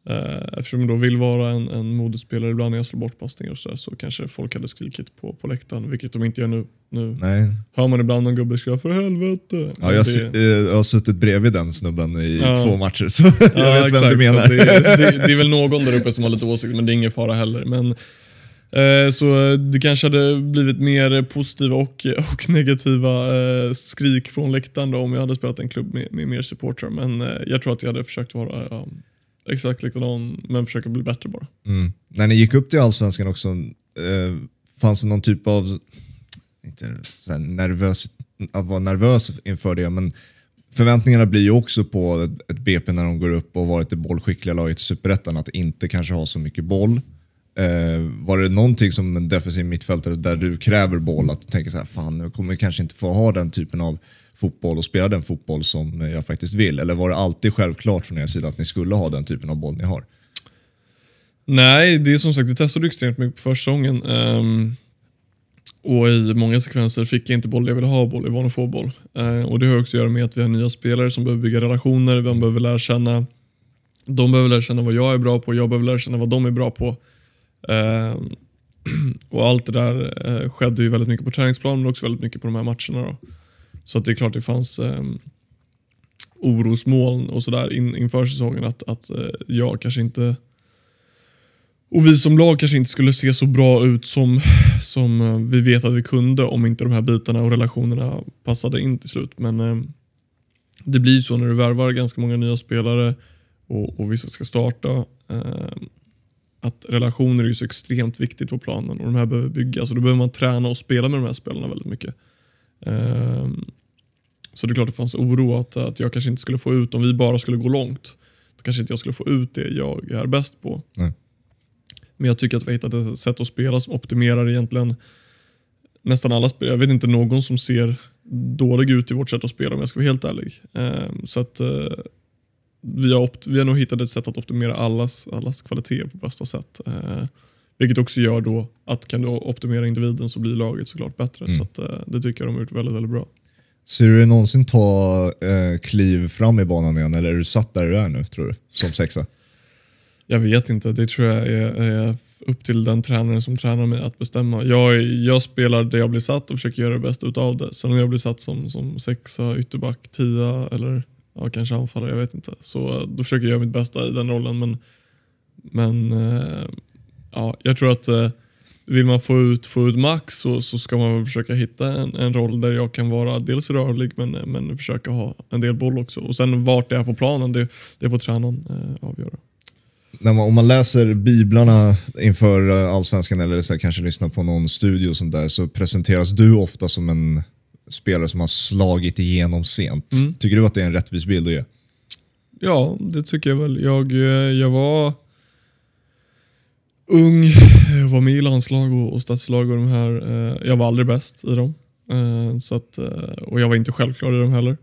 Eh, eftersom jag då vill vara en, en modespelare ibland när jag slår bort passningar och så där, så kanske folk hade skrikit på, på läktaren, vilket de inte gör nu. nu. Nej. Hör man ibland någon gubbe skriva för helvete. Ja, jag, det, jag har suttit bredvid den snubben i ja. två matcher, så jag ja, vet exakt, vem du menar. det, det, det är väl någon där uppe som har lite åsikt, men det är ingen fara heller. Men, eh, så det kanske hade blivit mer positiva och, och negativa eh, skrik från läktaren då, om jag hade spelat en klubb med, med mer supportrar. Men eh, jag tror att jag hade försökt vara ja, exakt likadan, men försöka bli bättre bara. Mm. När ni gick upp till Allsvenskan också, eh, fanns det någon typ av inte så här nervös, att vara nervös inför det, men förväntningarna blir ju också på ett, ett B P när de går upp och varit det bollskickliga laget i Superettan att inte kanske ha så mycket boll. Eh, var det någonting som en defensiv mittfältare där du kräver boll, att du tänker så här, fan, nu kommer jag kanske inte få ha den typen av fotboll och spela den fotboll som jag faktiskt vill? Eller var det alltid självklart från er sida att ni skulle ha den typen av boll ni har? Nej, det är som sagt, vi testade extremt mycket på försäsongen. Um, och i många sekvenser fick jag inte boll, jag ville ha boll, jag var att få boll. Uh, och det har också att göra med att vi har nya spelare som behöver bygga relationer, de behöver lära känna, de behöver lära känna vad jag är bra på, jag behöver lära känna vad de är bra på. Uh, och allt det där uh, skedde ju väldigt mycket på träningsplan, men också väldigt mycket på de här matcherna då. Så att det är klart det fanns um, orosmoln och sådär in, inför säsongen att, att uh, jag kanske inte, och vi som lag kanske inte skulle se så bra ut som, som uh, vi vet att vi kunde om inte de här bitarna och relationerna passade in till slut. Men uh, det blir så när du värvar ganska många nya spelare och, och vissa ska starta, uh, att relationer är ju så extremt viktigt på planen och de här behöver byggas, så då behöver man träna och spela med de här spelarna väldigt mycket. Um, så det är klart det fanns oro att, att jag kanske inte skulle få ut, om vi bara skulle gå långt, då kanske inte jag skulle få ut det jag är bäst på. Nej. Men jag tycker att vi har hittat ett sätt att spela som optimerar egentligen nästan alla spel. Jag vet inte någon som ser dålig ut i vårt sätt att spela, om jag ska vara helt ärlig. Um, så att uh, vi, har opt- vi har nog hittat ett sätt att optimera allas, allas kvalitet på bästa sätt. Uh, vilket också gör då att kan du optimera individen så blir laget såklart bättre. Mm. Så att, uh, det tycker jag de har gjort väldigt, väldigt bra. Ser du dig någonsin ta eh, kliv fram i banan igen, eller är du satt där du är nu, tror du, som sexa? Jag vet inte, det tror jag är, är upp till den tränaren som tränar mig att bestämma. Jag, jag spelar det jag blir satt och försöker göra det bästa utav det. Sen om jag blir satt som, som sexa, ytterback, tia eller ja, kanske anfallare, jag vet inte. Så då försöker jag göra mitt bästa i den rollen. Men, men eh, ja, jag tror att eh, vill man få ut, få ut max så, så ska man väl försöka hitta en, en roll där jag kan vara dels rörlig men, men försöka ha en del boll också. Och sen vart det är på planen, det, det får tränaren eh, avgöra. När man, om man läser biblarna inför Allsvenskan eller så här, kanske lyssnar på någon studio och sånt där, så presenteras du ofta som en spelare som har slagit igenom sent. Mm. Tycker du att det är en rättvis bild att ge? Ja, det tycker jag väl. Jag, jag var ung, jag var med i landslag och, och stadslag och de här. Jag var aldrig bäst i dem. Så att, och jag var inte självklar i dem heller.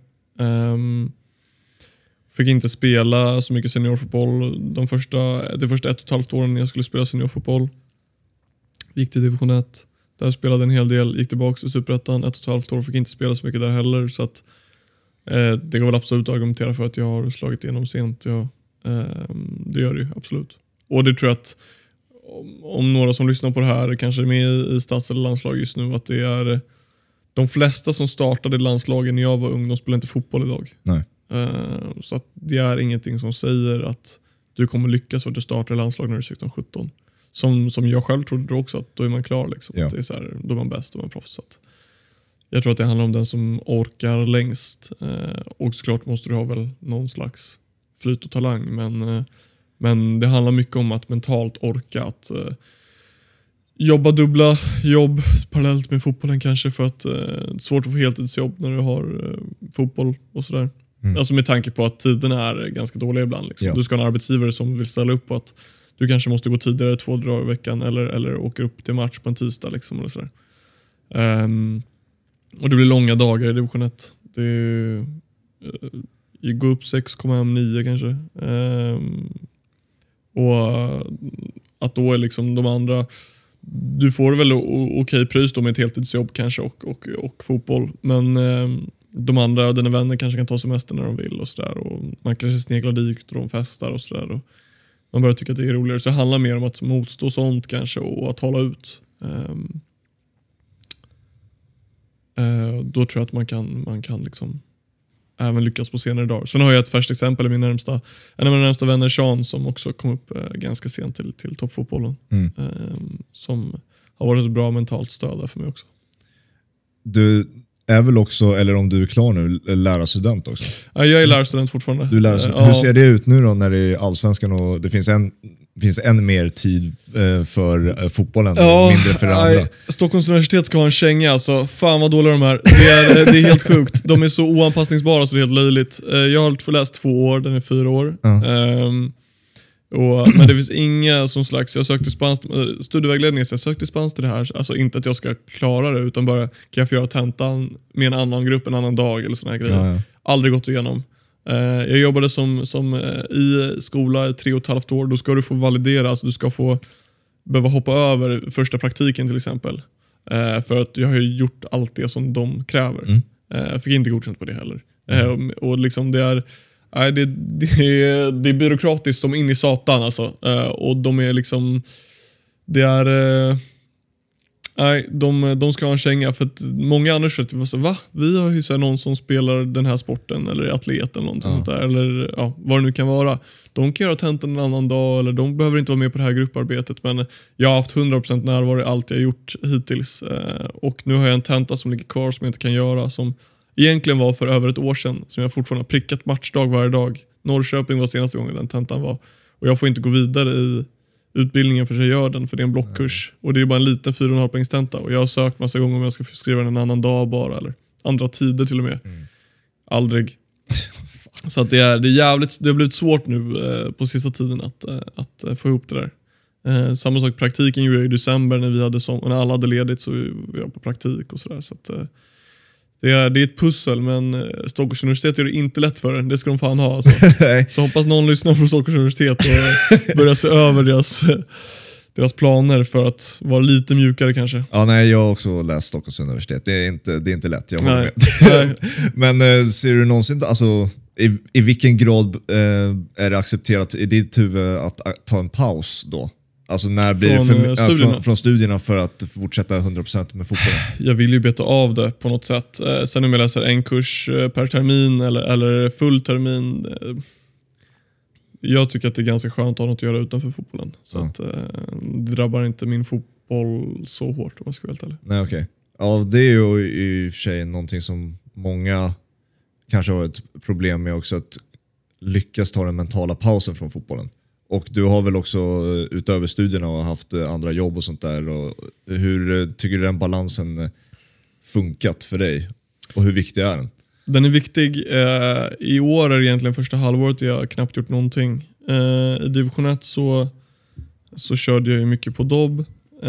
Fick inte spela så mycket seniorfotboll de första, de första ett och ett halvt åren när jag skulle spela seniorfotboll. Gick till division ett. Där spelade en hel del. Gick tillbaka till Superettan. Ett och ett halvt år. Fick inte spela så mycket där heller. Så att, eh, det går väl absolut att argumentera för att jag har slagit igenom sent. Ja, eh, det gör det ju, absolut. Och det tror jag att om, om några som lyssnar på det här kanske är med i, i stats- eller landslag just nu, att det är de flesta som startade i landslagen när jag var ung, de spelar inte fotboll idag. Nej. Uh, så att det är ingenting som säger att du kommer lyckas för att du startar landslag när du är sexton sjutton. Som, som jag själv trodde också, att då är man klar. Liksom. Ja. Att det är så här, då är man bäst, då är man proffs. Jag tror att det handlar om den som orkar längst. Uh, och såklart måste du ha väl någon slags flyt och talang. Men, uh, men det handlar mycket om att mentalt orka att uh, jobba dubbla jobb parallellt med fotbollen kanske, för att uh, det är svårt att få heltidsjobb när du har uh, fotboll och sådär. Mm. Alltså med tanke på att tiderna är ganska dåliga ibland. Liksom. Ja. Du ska ha en arbetsgivare som vill ställa upp på att du kanske måste gå tidigare två dagar i veckan eller, eller åka upp till match på en tisdag. Liksom, eller sådär. Um, och det blir långa dagar i division ett. Det är, uh, jag går upp sex, kommer hem nio kanske. Um, och uh, att då är liksom de andra, du får väl okej okay pröjs då med ett heltidsjobb kanske och, och, och fotboll. Men um, de andra, dina vänner kanske kan ta semester när de vill och sådär, och man kanske sneglar dit och de festar och sådär. man börjar tycka att det är roligare. Så det handlar mer om att motstå sånt kanske och att hålla ut. Um, uh, då tror jag att man kan, man kan liksom även lyckas på senare dagar. Sen har jag ett färskt exempel i min närmsta, en av mina närmsta vänner, Sean, som också kom upp uh, ganska sent till, till toppfotbollen. Mm. Um, som har varit ett bra mentalt stöd där för mig också. Du är väl också, eller om du är klar nu, lärarstudent också? Ja, jag är lärarstudent fortfarande. Du är lärarstudent. Uh, Hur ser det ut nu då när det är Allsvenskan och det finns en, finns än mer tid uh, för uh, fotbollen ja, och mindre för det andra? Nej, Stockholms universitet ska ha en känga alltså. Fan vad dåliga de är. Det är, det är helt sjukt. De är så oanpassningsbara så det är helt löjligt. Uh, jag har fått läst två år, den är fyra år. Uh. Um, Och, men det finns inga som slags, jag sökte dispens, studievägledning, så jag sökte dispens till det här. Alltså inte att jag ska klara det, utan bara kan jag få göra tentan med en annan grupp en annan dag eller såna här grejer. Ja, ja. Aldrig gått igenom. Uh, jag jobbade som, som uh, i skola i tre och ett halvt år. Då ska du få validera, alltså du ska få behöva hoppa över första praktiken till exempel. Uh, för att jag har gjort allt det som de kräver. Mm. Uh, jag fick inte godkänt på det heller. Mm. Uh, och liksom det är Nej, det, det, är, det är byråkratiskt som in i satan alltså. Uh, och de är liksom det är uh, nej, de, de ska ha en känga för att många andra säger så, va? Vi har ju så här, någon som spelar den här sporten eller atlet eller någonting ja. sånt där, eller ja, vad det nu kan vara. De kan göra tentan en annan dag eller de behöver inte vara med på det här grupparbetet, men jag har haft hundra procent närvaro i allt jag har gjort hittills. Uh, och nu har jag en tenta som ligger kvar som jag inte kan göra, som egentligen var för över ett år sedan, som jag fortfarande har prickat matchdag varje dag. Norrköping var senaste gången den tentan var. Och jag får inte gå vidare i utbildningen för att jag gör den, för det är en blockkurs. Mm. Och det är bara en liten fyra och en halv poängs tenta. Och jag har sökt massa gånger om jag ska skriva den en annan dag bara, eller andra tider till och med. Mm. Aldrig. Så att det är, det är jävligt, det har blivit svårt nu eh, på sista tiden att, eh, att eh, få ihop det där. Eh, samma sak, praktiken gjorde jag i december när vi hade som, när alla hade ledigt, så vi var på praktik och sådär. Så att eh, Det är, det är ett pussel, men Stockholms universitet gör det inte lätt för den. Det ska de fan ha alltså. Så hoppas någon lyssnar på Stockholms universitet och börjar se över deras, deras planer för att vara lite mjukare kanske. Ja, nej, jag har också läst Stockholms universitet. Det är inte, det är inte lätt, jag håller nej. med. Men äh, ser du någonsin, alltså, i, i vilken grad äh, är det accepterat i ditt huvud att, att ta en paus då? Alltså när blir från, det för, studierna. Äh, från, från studierna för att fortsätta hundra procent med fotbollen? Jag vill ju beta av det på något sätt. Eh, sen om jag läser en kurs eh, per termin eller, eller full termin. Eh, jag tycker att det är ganska skönt att ha något att göra utanför fotbollen. Så ja. att eh, det drabbar inte min fotboll så hårt om jag ska vara helt ärlig. Nej, okej. Okay. Ja, det är ju i och för sig någonting som många kanske har ett problem med också, att lyckas ta den mentala pausen från fotbollen. Och du har väl också utöver studierna och haft andra jobb och sånt där. Och hur tycker du den balansen funkat för dig? Och hur viktig är den? Den är viktig. Eh, I år är det egentligen första halvåret jag har knappt gjort någonting. Eh, I division ett så, så körde jag ju mycket på dobb. Eh,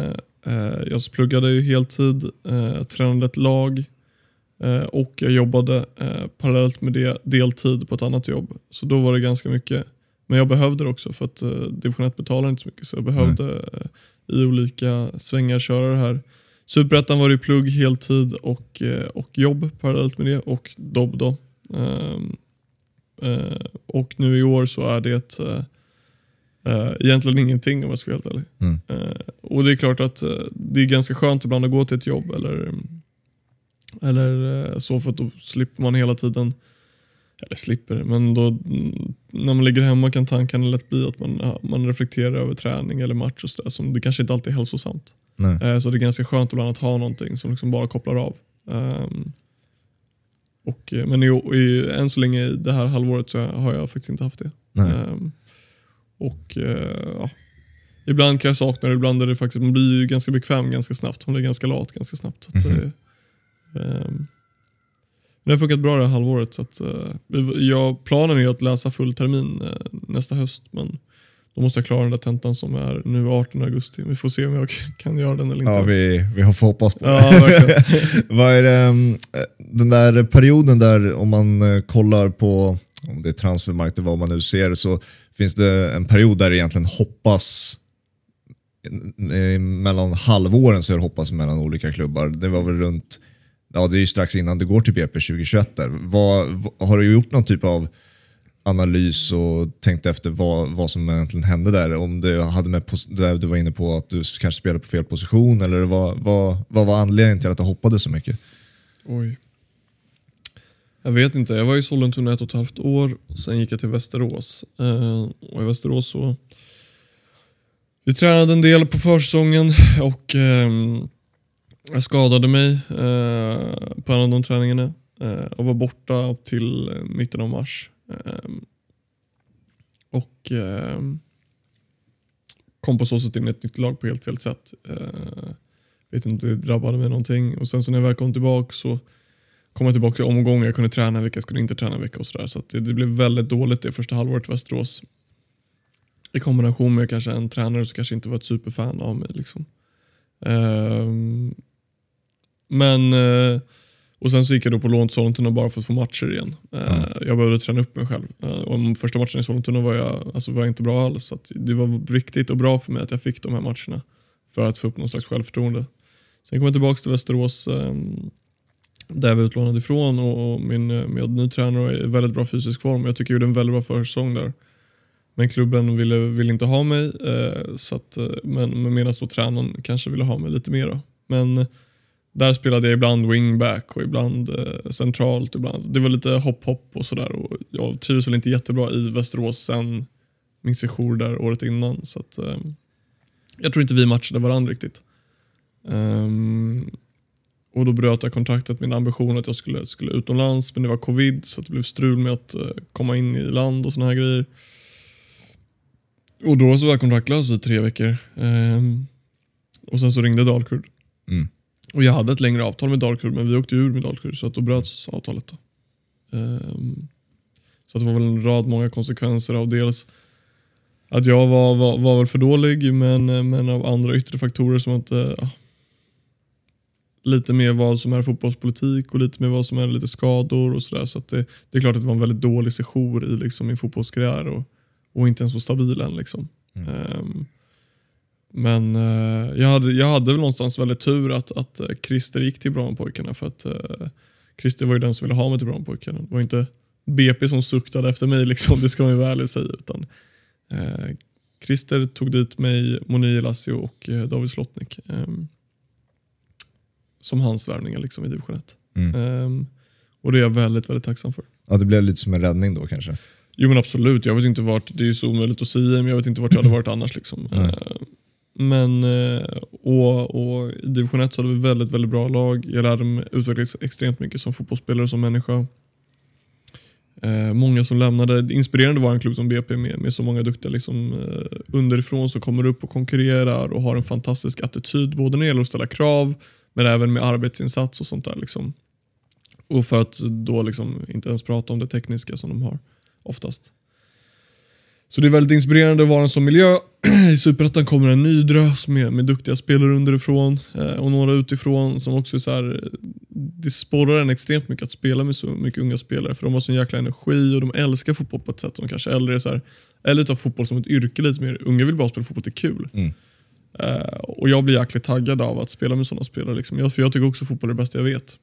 eh, jag pluggade ju heltid. Eh, tränade ett lag. Eh, och jag jobbade eh, parallellt med det deltid på ett annat jobb. Så då var det ganska mycket. Men jag behövde det också för att uh, division ett betalar inte så mycket, så jag behövde uh, i olika svängar köra det här. Superettan var det plugg, heltid och, uh, och jobb parallellt med det, och dobb då. Um, uh, och nu i år så är det uh, uh, egentligen ingenting om jag ska vara helt ärlig. Mm. Uh, och det är klart att uh, det är ganska skönt ibland att gå till ett jobb eller, eller uh, så, för att då slipper man hela tiden. Eller slipper, men då när man ligger hemma kan tanken lätt bli att man, ja, man reflekterar över träning eller match och sådär, som det kanske inte alltid är hälsosamt. Eh, så det är ganska skönt ibland att ha någonting som liksom bara kopplar av. Um, och, men i, i, än så länge i det här halvåret så har jag faktiskt inte haft det. Um, och uh, ja, ibland kan jag sakna det, ibland är det faktiskt, man blir ju ganska bekväm ganska snabbt, man blir ganska lat ganska snabbt. Så att, mm-hmm. um, det har funkat bra det här halvåret, så att, uh, jag, planen är att läsa full termin uh, nästa höst, men då måste jag klara den där tentan som är nu artonde augusti. Vi får se om jag kan göra den eller inte. Ja, vi, vi har fått hoppas på det. Ja, verkligen. Vad är det, den där perioden där, om man kollar på, om det är transfermarknaden, vad man nu ser, så finns det en period där det egentligen hoppas mellan halvåren, så är det hoppas mellan olika klubbar. Det var väl runt, ja, det är ju strax innan du går till B P tjugo tjugoett där. Vad, vad, har du gjort någon typ av analys och tänkte efter vad, vad som egentligen hände där. Om det hade med pos- där du var inne på att du kanske spelade på fel position, eller vad, vad, vad var anledningen till att du hoppade så mycket? Oj. Jag vet inte, jag var i Sollentuna ett och ett halvt år. Sen gick jag till Västerås. Eh, och i Västerås så... Vi tränade en del på försäsongen och eh, jag skadade mig eh, på en av de träningarna. Eh, och var borta till mitten av mars. Eh, och eh, kom på så sätt in i ett nytt lag på helt fel sätt. Eh, vet inte om det drabbade mig någonting. Och sen så när jag väl kom tillbaka så kom jag tillbaka i omgångar. Jag kunde träna en vecka, jag skulle inte träna en vecka och sådär. Så att det, det blev väldigt dåligt det första halvåret i Västerås. I kombination med kanske en tränare som kanske inte var ett superfan av mig. Liksom. Uh, men... Uh, och sen så gick jag då på lån till Sollentuna bara för att få matcher igen. Uh, mm. Jag behövde träna upp mig själv. Uh, och första matchen i Sollentuna var jag, alltså var jag inte bra alls. Så att det var riktigt och bra för mig att jag fick de här matcherna. För att få upp någon slags självförtroende. Sen kom jag tillbaka till Västerås... Um, där jag var utlånad ifrån. Och min med ny tränare är i väldigt bra fysisk form. Jag tycker jag gjorde en väldigt bra försäsong där. Men klubben ville, ville inte ha mig. Eh, så att, men, men medan då tränaren kanske ville ha mig lite mer. Då. Men där spelade jag ibland wingback och ibland eh, centralt. Ibland. Det var lite hopp-hopp och sådär. Och jag trivdes väl inte jättebra i Västerås sen min sejour där året innan. Så att, eh, jag tror inte vi matchade varandra riktigt. Um, och då bröt jag kontraktet. Min ambition att jag skulle, skulle utomlands. Men det var covid så det blev strul med att uh, komma in i land och såna här grejer. Och då så var jag kontraktlös i tre veckor. Um, och sen så ringde Dalkurd. Mm. Och jag hade ett längre avtal med Dalkurd, men vi åkte ur med Dalkurd. Så att då bröts avtalet. Då. Um, så att det var väl en rad många konsekvenser av dels att jag var, var, var väl för dålig, men, men av andra yttre faktorer som att uh, lite mer vad som är fotbollspolitik och lite mer vad som är lite skador och sådär. Så att det, det är klart att det var en väldigt dålig sejour i liksom, min fotbollskarriär och Och inte ens så stabil än liksom. Mm. Um, men uh, jag, hade, jag hade väl någonstans väldigt tur att, att uh, Christer gick till Brommapojkarna. För att uh, Christer var ju den som ville ha mig till Brommapojkarna. Det var inte B P som suktade efter mig liksom. Det ska man ju väl säga. Utan uh, Christer tog dit mig, Moni Elasio och uh, David Slotnick. Um, som hans värvningar liksom i division ett. Mm. Um, och det är jag väldigt, väldigt tacksam för. Ja, det blev lite som en räddning då kanske. Jo men absolut, jag vet inte vart, det är ju så omöjligt att säga, men jag vet inte vart jag hade varit annars liksom. Mm. Men och, och i division ett så hade vi väldigt, väldigt bra lag. Jag lärde mig utvecklas extremt mycket som fotbollsspelare och som människa. Eh, många som lämnade, inspirerande var en klubb som B P med, med så många duktiga liksom, eh, underifrån som kommer upp och konkurrerar och har en fantastisk attityd både när det gäller att ställa krav men även med arbetsinsats och sånt där liksom. Och för att då liksom inte ens prata om det tekniska som de har oftast. Så det är väldigt inspirerande att vara en sån miljö. I Superettan kommer en ny drös med, med duktiga spelare underifrån eh, och några utifrån som också är så här, det sporrar en extremt mycket att spela med så mycket unga spelare för de har sån jäkla energi och de älskar fotboll på ett sätt som kanske äldre är så här, eller tar fotboll som ett yrke lite mer. Unga vill bara spela fotboll, det är kul. Mm. Eh, och jag blir jäkligt taggad av att spela med sådana spelare liksom. jag, för jag tycker också fotboll är det bästa jag vet.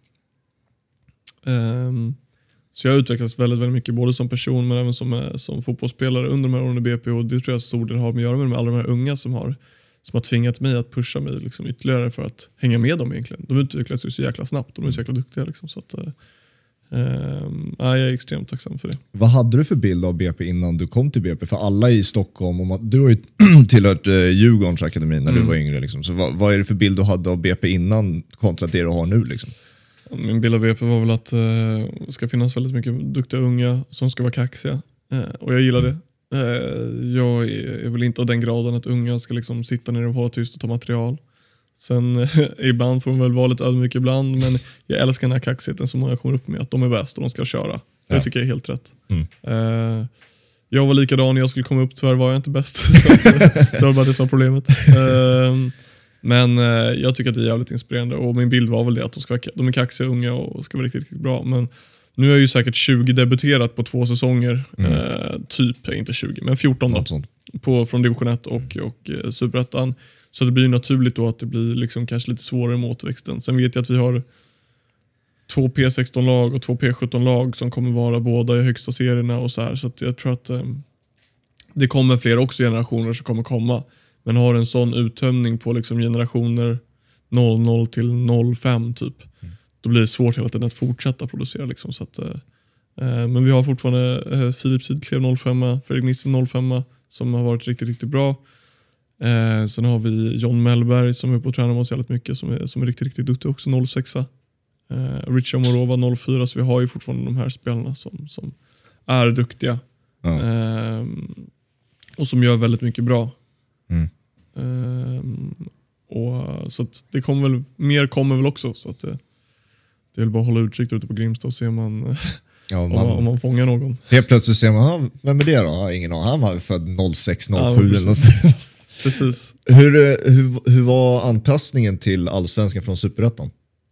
Um, Så jag har utvecklats väldigt, väldigt mycket både som person men även som, som fotbollsspelare under de här åren i B P och det tror jag stor del har med att göra med alla de här unga som har, som har tvingat mig att pusha mig liksom ytterligare för att hänga med dem egentligen. De utvecklas ju så jäkla snabbt, de är så jäkla duktiga liksom, så att äh, jag är extremt tacksam för det. Vad hade du för bild av B P innan du kom till B P? För alla i Stockholm, och man, du har ju tillhört eh, Djurgårdens akademi när mm. du var yngre liksom. Så vad, vad är det för bild du hade av B P innan kontra det du har nu liksom? Min bild av B P var väl att det uh, ska finnas väldigt mycket duktiga unga som ska vara kaxiga. Uh, och jag gillar det. Uh, jag är, är väl inte av den graden att unga ska liksom sitta ner och hålla tyst och ta material. Sen uh, ibland får de väl vara lite ödmjuk ibland. Men jag älskar den här kaxigheten som många kommer upp med. Att de är bäst och de ska köra. Ja. Det tycker jag är helt rätt. Mm. Uh, jag var likadan när jag skulle komma upp. Tyvärr var jag inte bäst. Så att, det var bara det som var problemet. Uh, Men eh, jag tycker att det är jävligt inspirerande och min bild var väl det att de, ska, de är kaxiga unga och ska vara riktigt, riktigt bra. Men nu är jag ju säkert tjugo debuterat på två säsonger. Mm. Eh, typ, inte tjugo, men fjorton då, på, från division ett och, och eh, Superettan. Så det blir naturligt då att det blir liksom kanske lite svårare med återväxten. Sen vet jag att vi har två P sexton-lag och två P sjutton-lag som kommer vara båda i högsta serierna och så här. Så att jag tror att eh, det kommer fler också generationer som kommer komma. Men har en sån uttömning på liksom generationer noll noll till noll fem typ. Mm. Då blir det svårt hela tiden att fortsätta producera. Liksom, så att, eh, men vi har fortfarande eh, Filip Sidklev noll fem, Fredrik Nissen noll fem som har varit riktigt, riktigt bra. Eh, sen har vi John Mellberg som är på att träna med oss jävligt mycket som är, som är riktigt, riktigt duktig också, noll sex. Eh, Richard Morova noll fyra, så vi har ju fortfarande de här spelarna som, som är duktiga. Ja. Eh, och som gör väldigt mycket bra. Mm. Um, och så att det kommer väl, mer kommer väl också, så att det, det är väl bara att hålla utkik ute på Grimsta och se om man, ja, man, om, man om man fångar någon. Helt plötsligt ser man, vem är det då? Ja, ingen aning. Han var född noll sex noll sju ja, eller något. Precis. Hur, hur, hur var anpassningen till Allsvenskan från Superettan?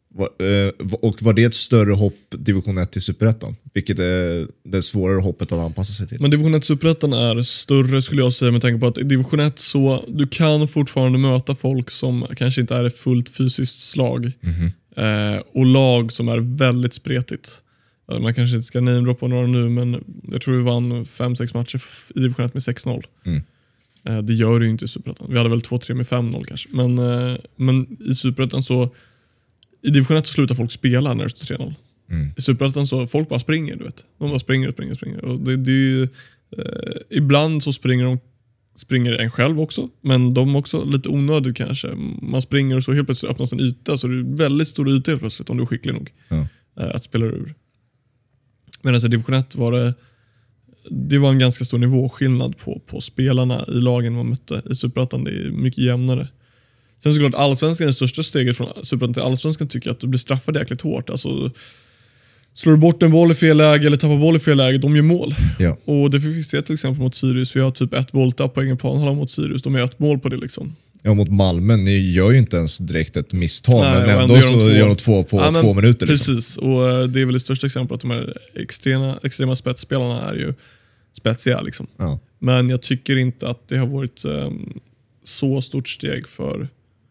Och var det ett större hopp division ett till Superettan? Vilket är det svårare hoppet att anpassa sig till? Men division ett Superettan är större skulle jag säga, med tanke på att i division ett så du kan fortfarande möta folk som kanske inte är ett fullt fysiskt slag. Mm-hmm. eh, och lag som är väldigt spretigt. Man kanske inte ska namedroppa några nu, men jag tror vi vann fem sex matcher i division ett med sex noll. Mm. eh, det gör det ju inte i Superettan. Vi hade väl två tre med fem noll kanske. Men, eh, men i Superettan så i division ett så slutar folk spela när det står tre noll. Mm. I Superettan så folk bara springer, du vet. De bara springer och springer och springer. Och det, det är ju, eh, ibland så springer de springer en själv också, men de också lite onödigt kanske. Man springer och så helt plötsligt öppnas en yta, så det är väldigt stor yta helt plötsligt om du är skicklig nog ja. eh, att spela ur. Men alltså i division ett var det det var en ganska stor nivåskillnad på, på spelarna i lagen man mötte. I Superettan det är mycket jämnare. Sen såklart Allsvenskan är det största steget från Superettan till Allsvenskan, tycker jag, att du blir straffad jäkligt hårt. Alltså, slår du bort en boll i fel läge eller tappar boll i fel läge, de gör mål. Ja. Och det fick vi se till exempel mot Sirius. Vi har typ ett bolltapp på egen plan mot Sirius. De har ett mål på det liksom. Ja, mot Malmö, ni gör ju inte ens direkt ett misstag. Nej, men ändå, ändå så gör de två på ja, två minuter. Precis, liksom. Och det är väl det största exemplet att de här extrema, extrema spetsspelarna är ju spetsiga liksom. Ja. Men jag tycker inte att det har varit um, så stort steg för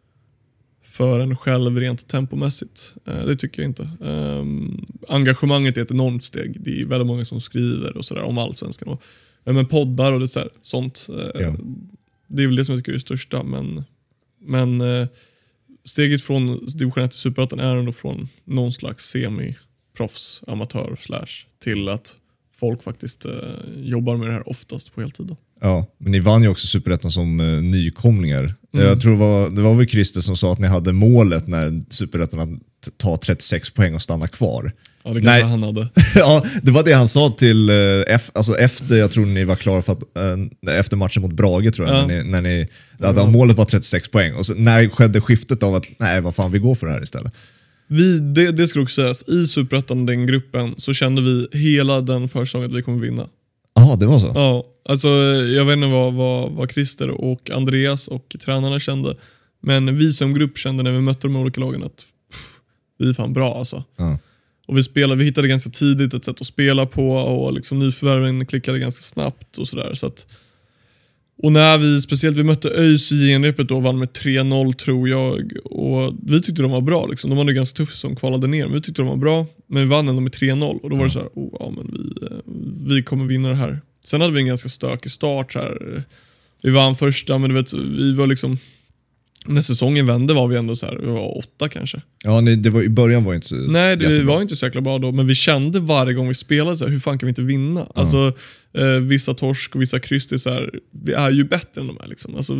för en själv rent tempomässigt. Uh, det tycker jag inte. Um, engagemanget är ett enormt steg. Det är väldigt många som skriver och sådär om Allsvenskan. Och, men poddar och det så här, sånt. Uh, ja. Det är väl det som jag tycker är det största. Men, men uh, steget från division ett till Superettan är ändå från någon slags semi-proffs, amatör, slash, till att folk faktiskt uh, jobbar med det här oftast på heltid. Ja, men ni vann ju också Superettan som uh, nykomlingar. Mm. Jag tror det var, det var väl Christer som sa att ni hade målet när Superettan att ta trettiosex poäng och stanna kvar. Ja, det kanske han hade. Ja, det var det han sa till uh, F, alltså efter, jag tror ni var klara för att, uh, efter matchen mot Brage tror jag, ja. när ni, när ni att ja. målet var trettiosex poäng. Och så, när skedde skiftet av att, nej vad fan, vi går för det här istället. Vi, det, det skulle också sägas, i Superettan, den gruppen, så kände vi hela den försäsongen att vi kommer vinna. Ja, det var så? Ja, alltså jag vet inte vad, vad, vad Christer och Andreas och tränarna kände. Men vi som grupp kände när vi mötte de olika lagen att pff, vi är fan bra alltså. Ja. Och vi spelade, vi hittade ganska tidigt ett sätt att spela på och liksom nyförvärven klickade ganska snabbt och sådär. Så att, och när vi, speciellt vi mötte ÖIS i genrepet då, vann med tre noll tror jag. Och vi tyckte de var bra liksom. De var nu ganska tuffa som kvalade ner, men vi tyckte de var bra. Men vi vann ändå med tre noll och då var det så här, oh, ja men vi, vi kommer vinna det här. Sen hade vi en ganska stökig start så här. Vi vann första, men du vet, vi var liksom, när säsongen vände var vi ändå så här, vi var åtta kanske. Ja, nej, det var, i början var inte Nej, det jättebra. Var inte så jäkla bra då, men vi kände varje gång vi spelade så här, hur fan kan vi inte vinna? Ja. Alltså, eh, vissa torsk och vissa kryss, det är så här, vi är ju bättre än de här liksom. Alltså,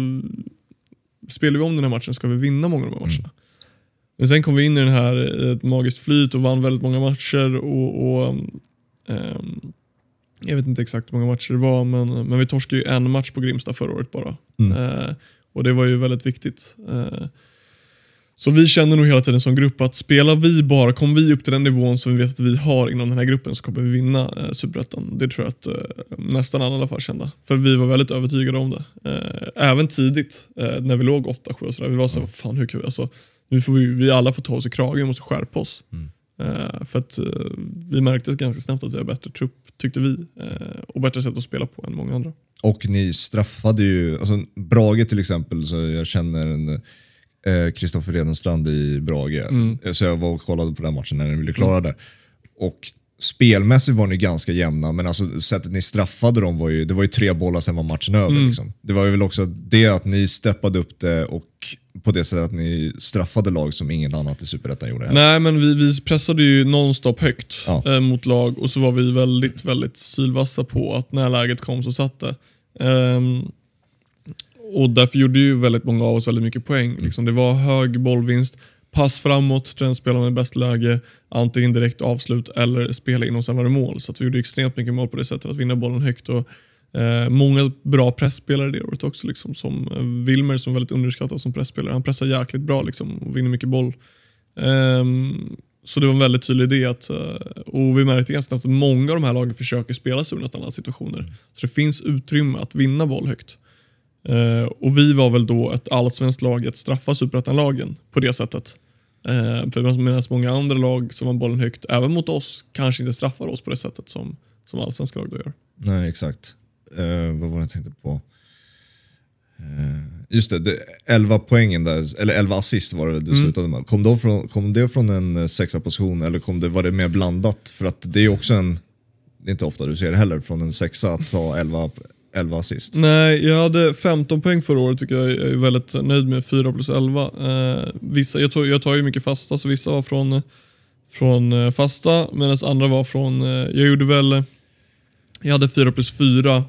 spelar vi om den här matchen ska vi vinna många av de här matcherna. Mm. Men sen kom vi in i den här ett magiskt flyt och vann väldigt många matcher och, och um, jag vet inte exakt hur många matcher det var, men, men vi torskade ju en match på Grimsta förra året bara. Mm. Uh, och det var ju väldigt viktigt. Uh, så vi känner nog hela tiden som grupp att spelar vi bara, kommer vi upp till den nivån som vi vet att vi har inom den här gruppen, så kommer vi vinna uh, Superettan. Det tror jag att uh, nästan alla i alla fall kände. För vi var väldigt övertygade om det. Uh, även tidigt, uh, när vi låg åtta sju och sådär. Vi var så mm. fan hur kul, alltså nu får vi, vi alla får ta oss i kragen, vi måste skärpa oss. Mm. Uh, för att uh, vi märkte ganska snabbt att vi har bättre trupp, tyckte vi. Uh, och bättre sätt att spela på än många andra. Och ni straffade ju, alltså Brage till exempel, så jag känner en, Kristoffer Redenstrand i Brage. Mm. Så jag var och kollade på den matchen när ni ville klara mm. där. Och spelmässigt var ni ganska jämna, men alltså sättet ni straffade dem var ju, det var ju tre bollar sen var matchen över. Mm. Liksom. Det var ju väl också det att ni steppade upp det och på det sättet att ni straffade lag som ingen annat i Superettan gjorde. Här. Nej, men vi, vi pressade ju nonstop högt ja. eh, mot lag och så var vi väldigt, väldigt sylvassa på att när läget kom så satt det. Um, och därför gjorde ju väldigt många av oss väldigt mycket poäng. Mm. Liksom, det var hög bollvinst, pass framåt, den spelaren i bäst läge, antingen direkt avslut eller spela in och sen var det mål. Så att vi gjorde extremt mycket mål på det sättet, att vinna bollen högt. Och eh, många bra pressspelare det året också, liksom, som eh, Wilmer som är väldigt underskattad som pressspelare. Han pressar jäkligt bra liksom, och vinner mycket boll. Um, så det var en väldigt tydlig idé att, uh, och vi märkte ganska snabbt att många av de här lagen försöker spela sig ur något annat situationer. Mm. Så det finns utrymme att vinna boll högt. Uh, och vi var väl då ett allsvenskt lag att straffa Superettan-lagen på det sättet. Uh, för medan många andra lag som har bollen högt, även mot oss, kanske inte straffar oss på det sättet som, som allsvenska lag då gör. Nej, exakt. Uh, vad var det jag tänkte på? Uh, just det, det, elva poängen där, eller elva assist var det du mm. slutade med. Kom, då från, kom det från en sexa position eller kom det, var det mer blandat? För att det är också en, det är inte ofta du ser det heller, från en sexa att ta elva, elva assist. Nej, jag hade femton poäng förra året, tycker jag är väldigt nöjd med. Fyra plus elva. Uh, vissa, jag, tog, jag tar ju mycket fasta, så vissa var från, från fasta, medan andra var från, uh, jag gjorde väl, jag hade fyra plus fyra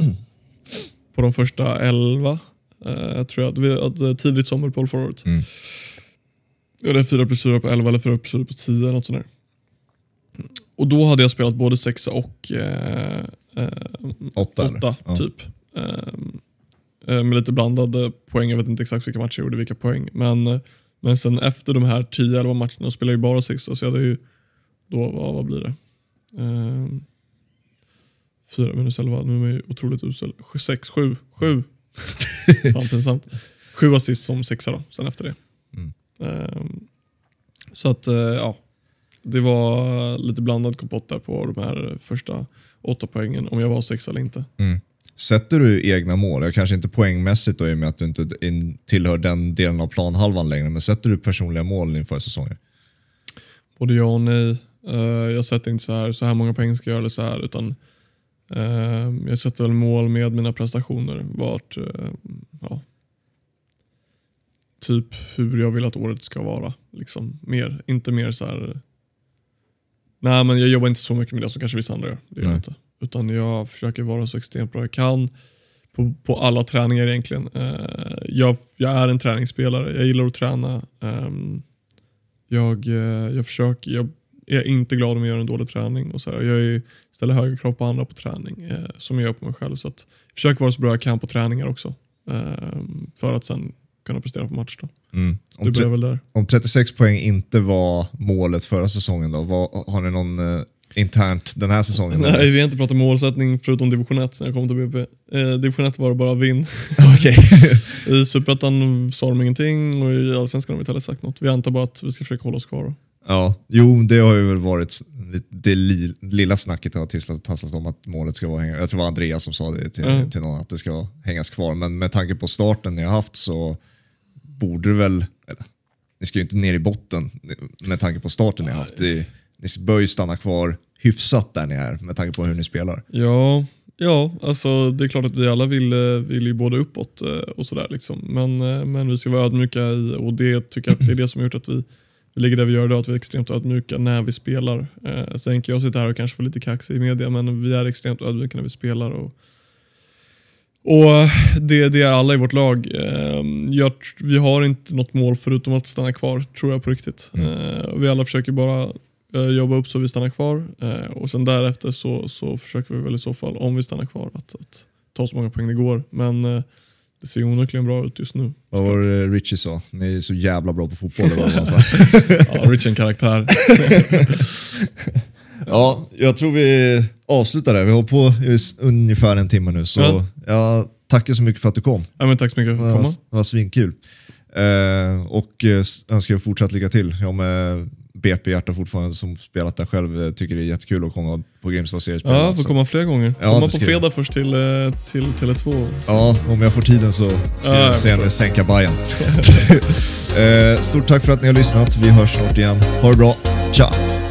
på de första elva. Uh, jag tror att vi hade tidigt sommarpål förra året. Mm. Jag hade fyra plus fyra på elva eller fyra plus fyra på tio, något sånt där. Och då hade jag spelat både sexa och uh, uh, åtta, åtta ja. typ. Uh, med lite blandade poäng. Jag vet inte exakt vilka matcher jag gjorde, vilka poäng. Men, uh, men sen efter de här tio elva matcherna spelade jag bara sexa. Så jag hade ju, då, vad, vad blir det? Uh, fyra minus elva, nu är man ju otroligt usel. sex, sju, sju. Fan, pinsamt. Sju assist som sexa då, sen efter det. Mm. Um, så att, uh, ja. Det var lite blandad kompott där på de här första åtta poängen, om jag var sexa eller inte. Mm. Sätter du egna mål? Jag kanske inte poängmässigt då, i och med att du inte in, tillhör den delen av planhalvan längre, men sätter du personliga mål inför säsongen? Både ja och nej. Uh, jag sätter inte så här, så här många poäng ska jag göra, eller så här, utan Uh, jag sätter väl mål med mina prestationer, vart uh, ja, typ hur jag vill att året ska vara, liksom mer, inte mer så här. Nej, men jag jobbar inte så mycket med det som kanske vissa andra gör, det gör jag inte, utan jag försöker vara så extremt bra jag kan på, på alla träningar egentligen. Uh, jag, jag är en träningsspelare, jag gillar att träna. Um, jag, uh, jag försöker, jag är inte glad om jag gör en dålig träning och så här. Jag är, ställer högre krav på andra på träning eh, som jag gör på mig själv, så att jag försöker vara så bra jag kan på träningar också eh, för att sen kunna prestera på match då. Mm. Om, det börjar väl där. Om trettiosex poäng inte var målet förra säsongen då, vad, har ni någon eh, internt den här säsongen? Nej, eller? Vi har inte pratat målsättning förutom division ett när jag kom till B P. Eh, division ett var det bara vinn. Okej. I Superettan sa de ingenting och i Allsvenskan har vi inte heller sagt något. Vi antar bara att vi ska försöka hålla oss kvar då. Ja, jo, det har ju väl varit det li, lilla snacket har tastats om att målet ska vara hänga. Jag tror det var Andreas som sa det till, mm. till någon, att det ska hängas kvar. Men med tanke på starten ni har haft så borde det väl, eller, ni ska ju inte ner i botten med tanke på starten ni har haft. Det, ni bör ju stanna kvar hyfsat där ni är med tanke på hur ni spelar. Ja, ja, alltså det är klart att vi alla vill, vill ju både uppåt och sådär liksom. Men, men vi ska vara ödmjuka i, och det tycker jag att det är det som har gjort att vi Vi ligger där vi gör idag, att vi är extremt ödmjuka när vi spelar. Eh, sen kan jag sitta här och kanske få lite kaxig i media, men vi är extremt ödmjuka när vi spelar. Och, och det, det är alla i vårt lag. Eh, jag, vi har inte något mål förutom att stanna kvar, tror jag på riktigt. Mm. Eh, vi alla försöker bara eh, jobba upp så vi stannar kvar. Eh, och sen därefter så, så försöker vi väl i så fall, om vi stannar kvar, att, att ta så många poäng det går. Men eh, det ser onekligen bra ut just nu. Vad var det Richie sa? Ni är så jävla bra på fotboll. Det var det ja, Richie en karaktär. Ja, jag tror vi avslutar där. Vi har på ungefär en timme nu. Så ja. Jag tackar så mycket för att du kom. Ja, men tack så mycket för att komma. Det var svinkul. Eh, och önskar fortsatt lycka till. Ja, med B P-hjärta fortfarande som spelat där själv tycker det är jättekul att komma på Grimstad seriespel. Ja, får komma fler gånger. Ja, komma på fredag jag. först till, till Tele två. Så. Ja, om jag får tiden så ska ja, jag sen sänka Bajen. Stort tack för att ni har lyssnat. Vi hörs snart igen. Ha det bra. Ciao!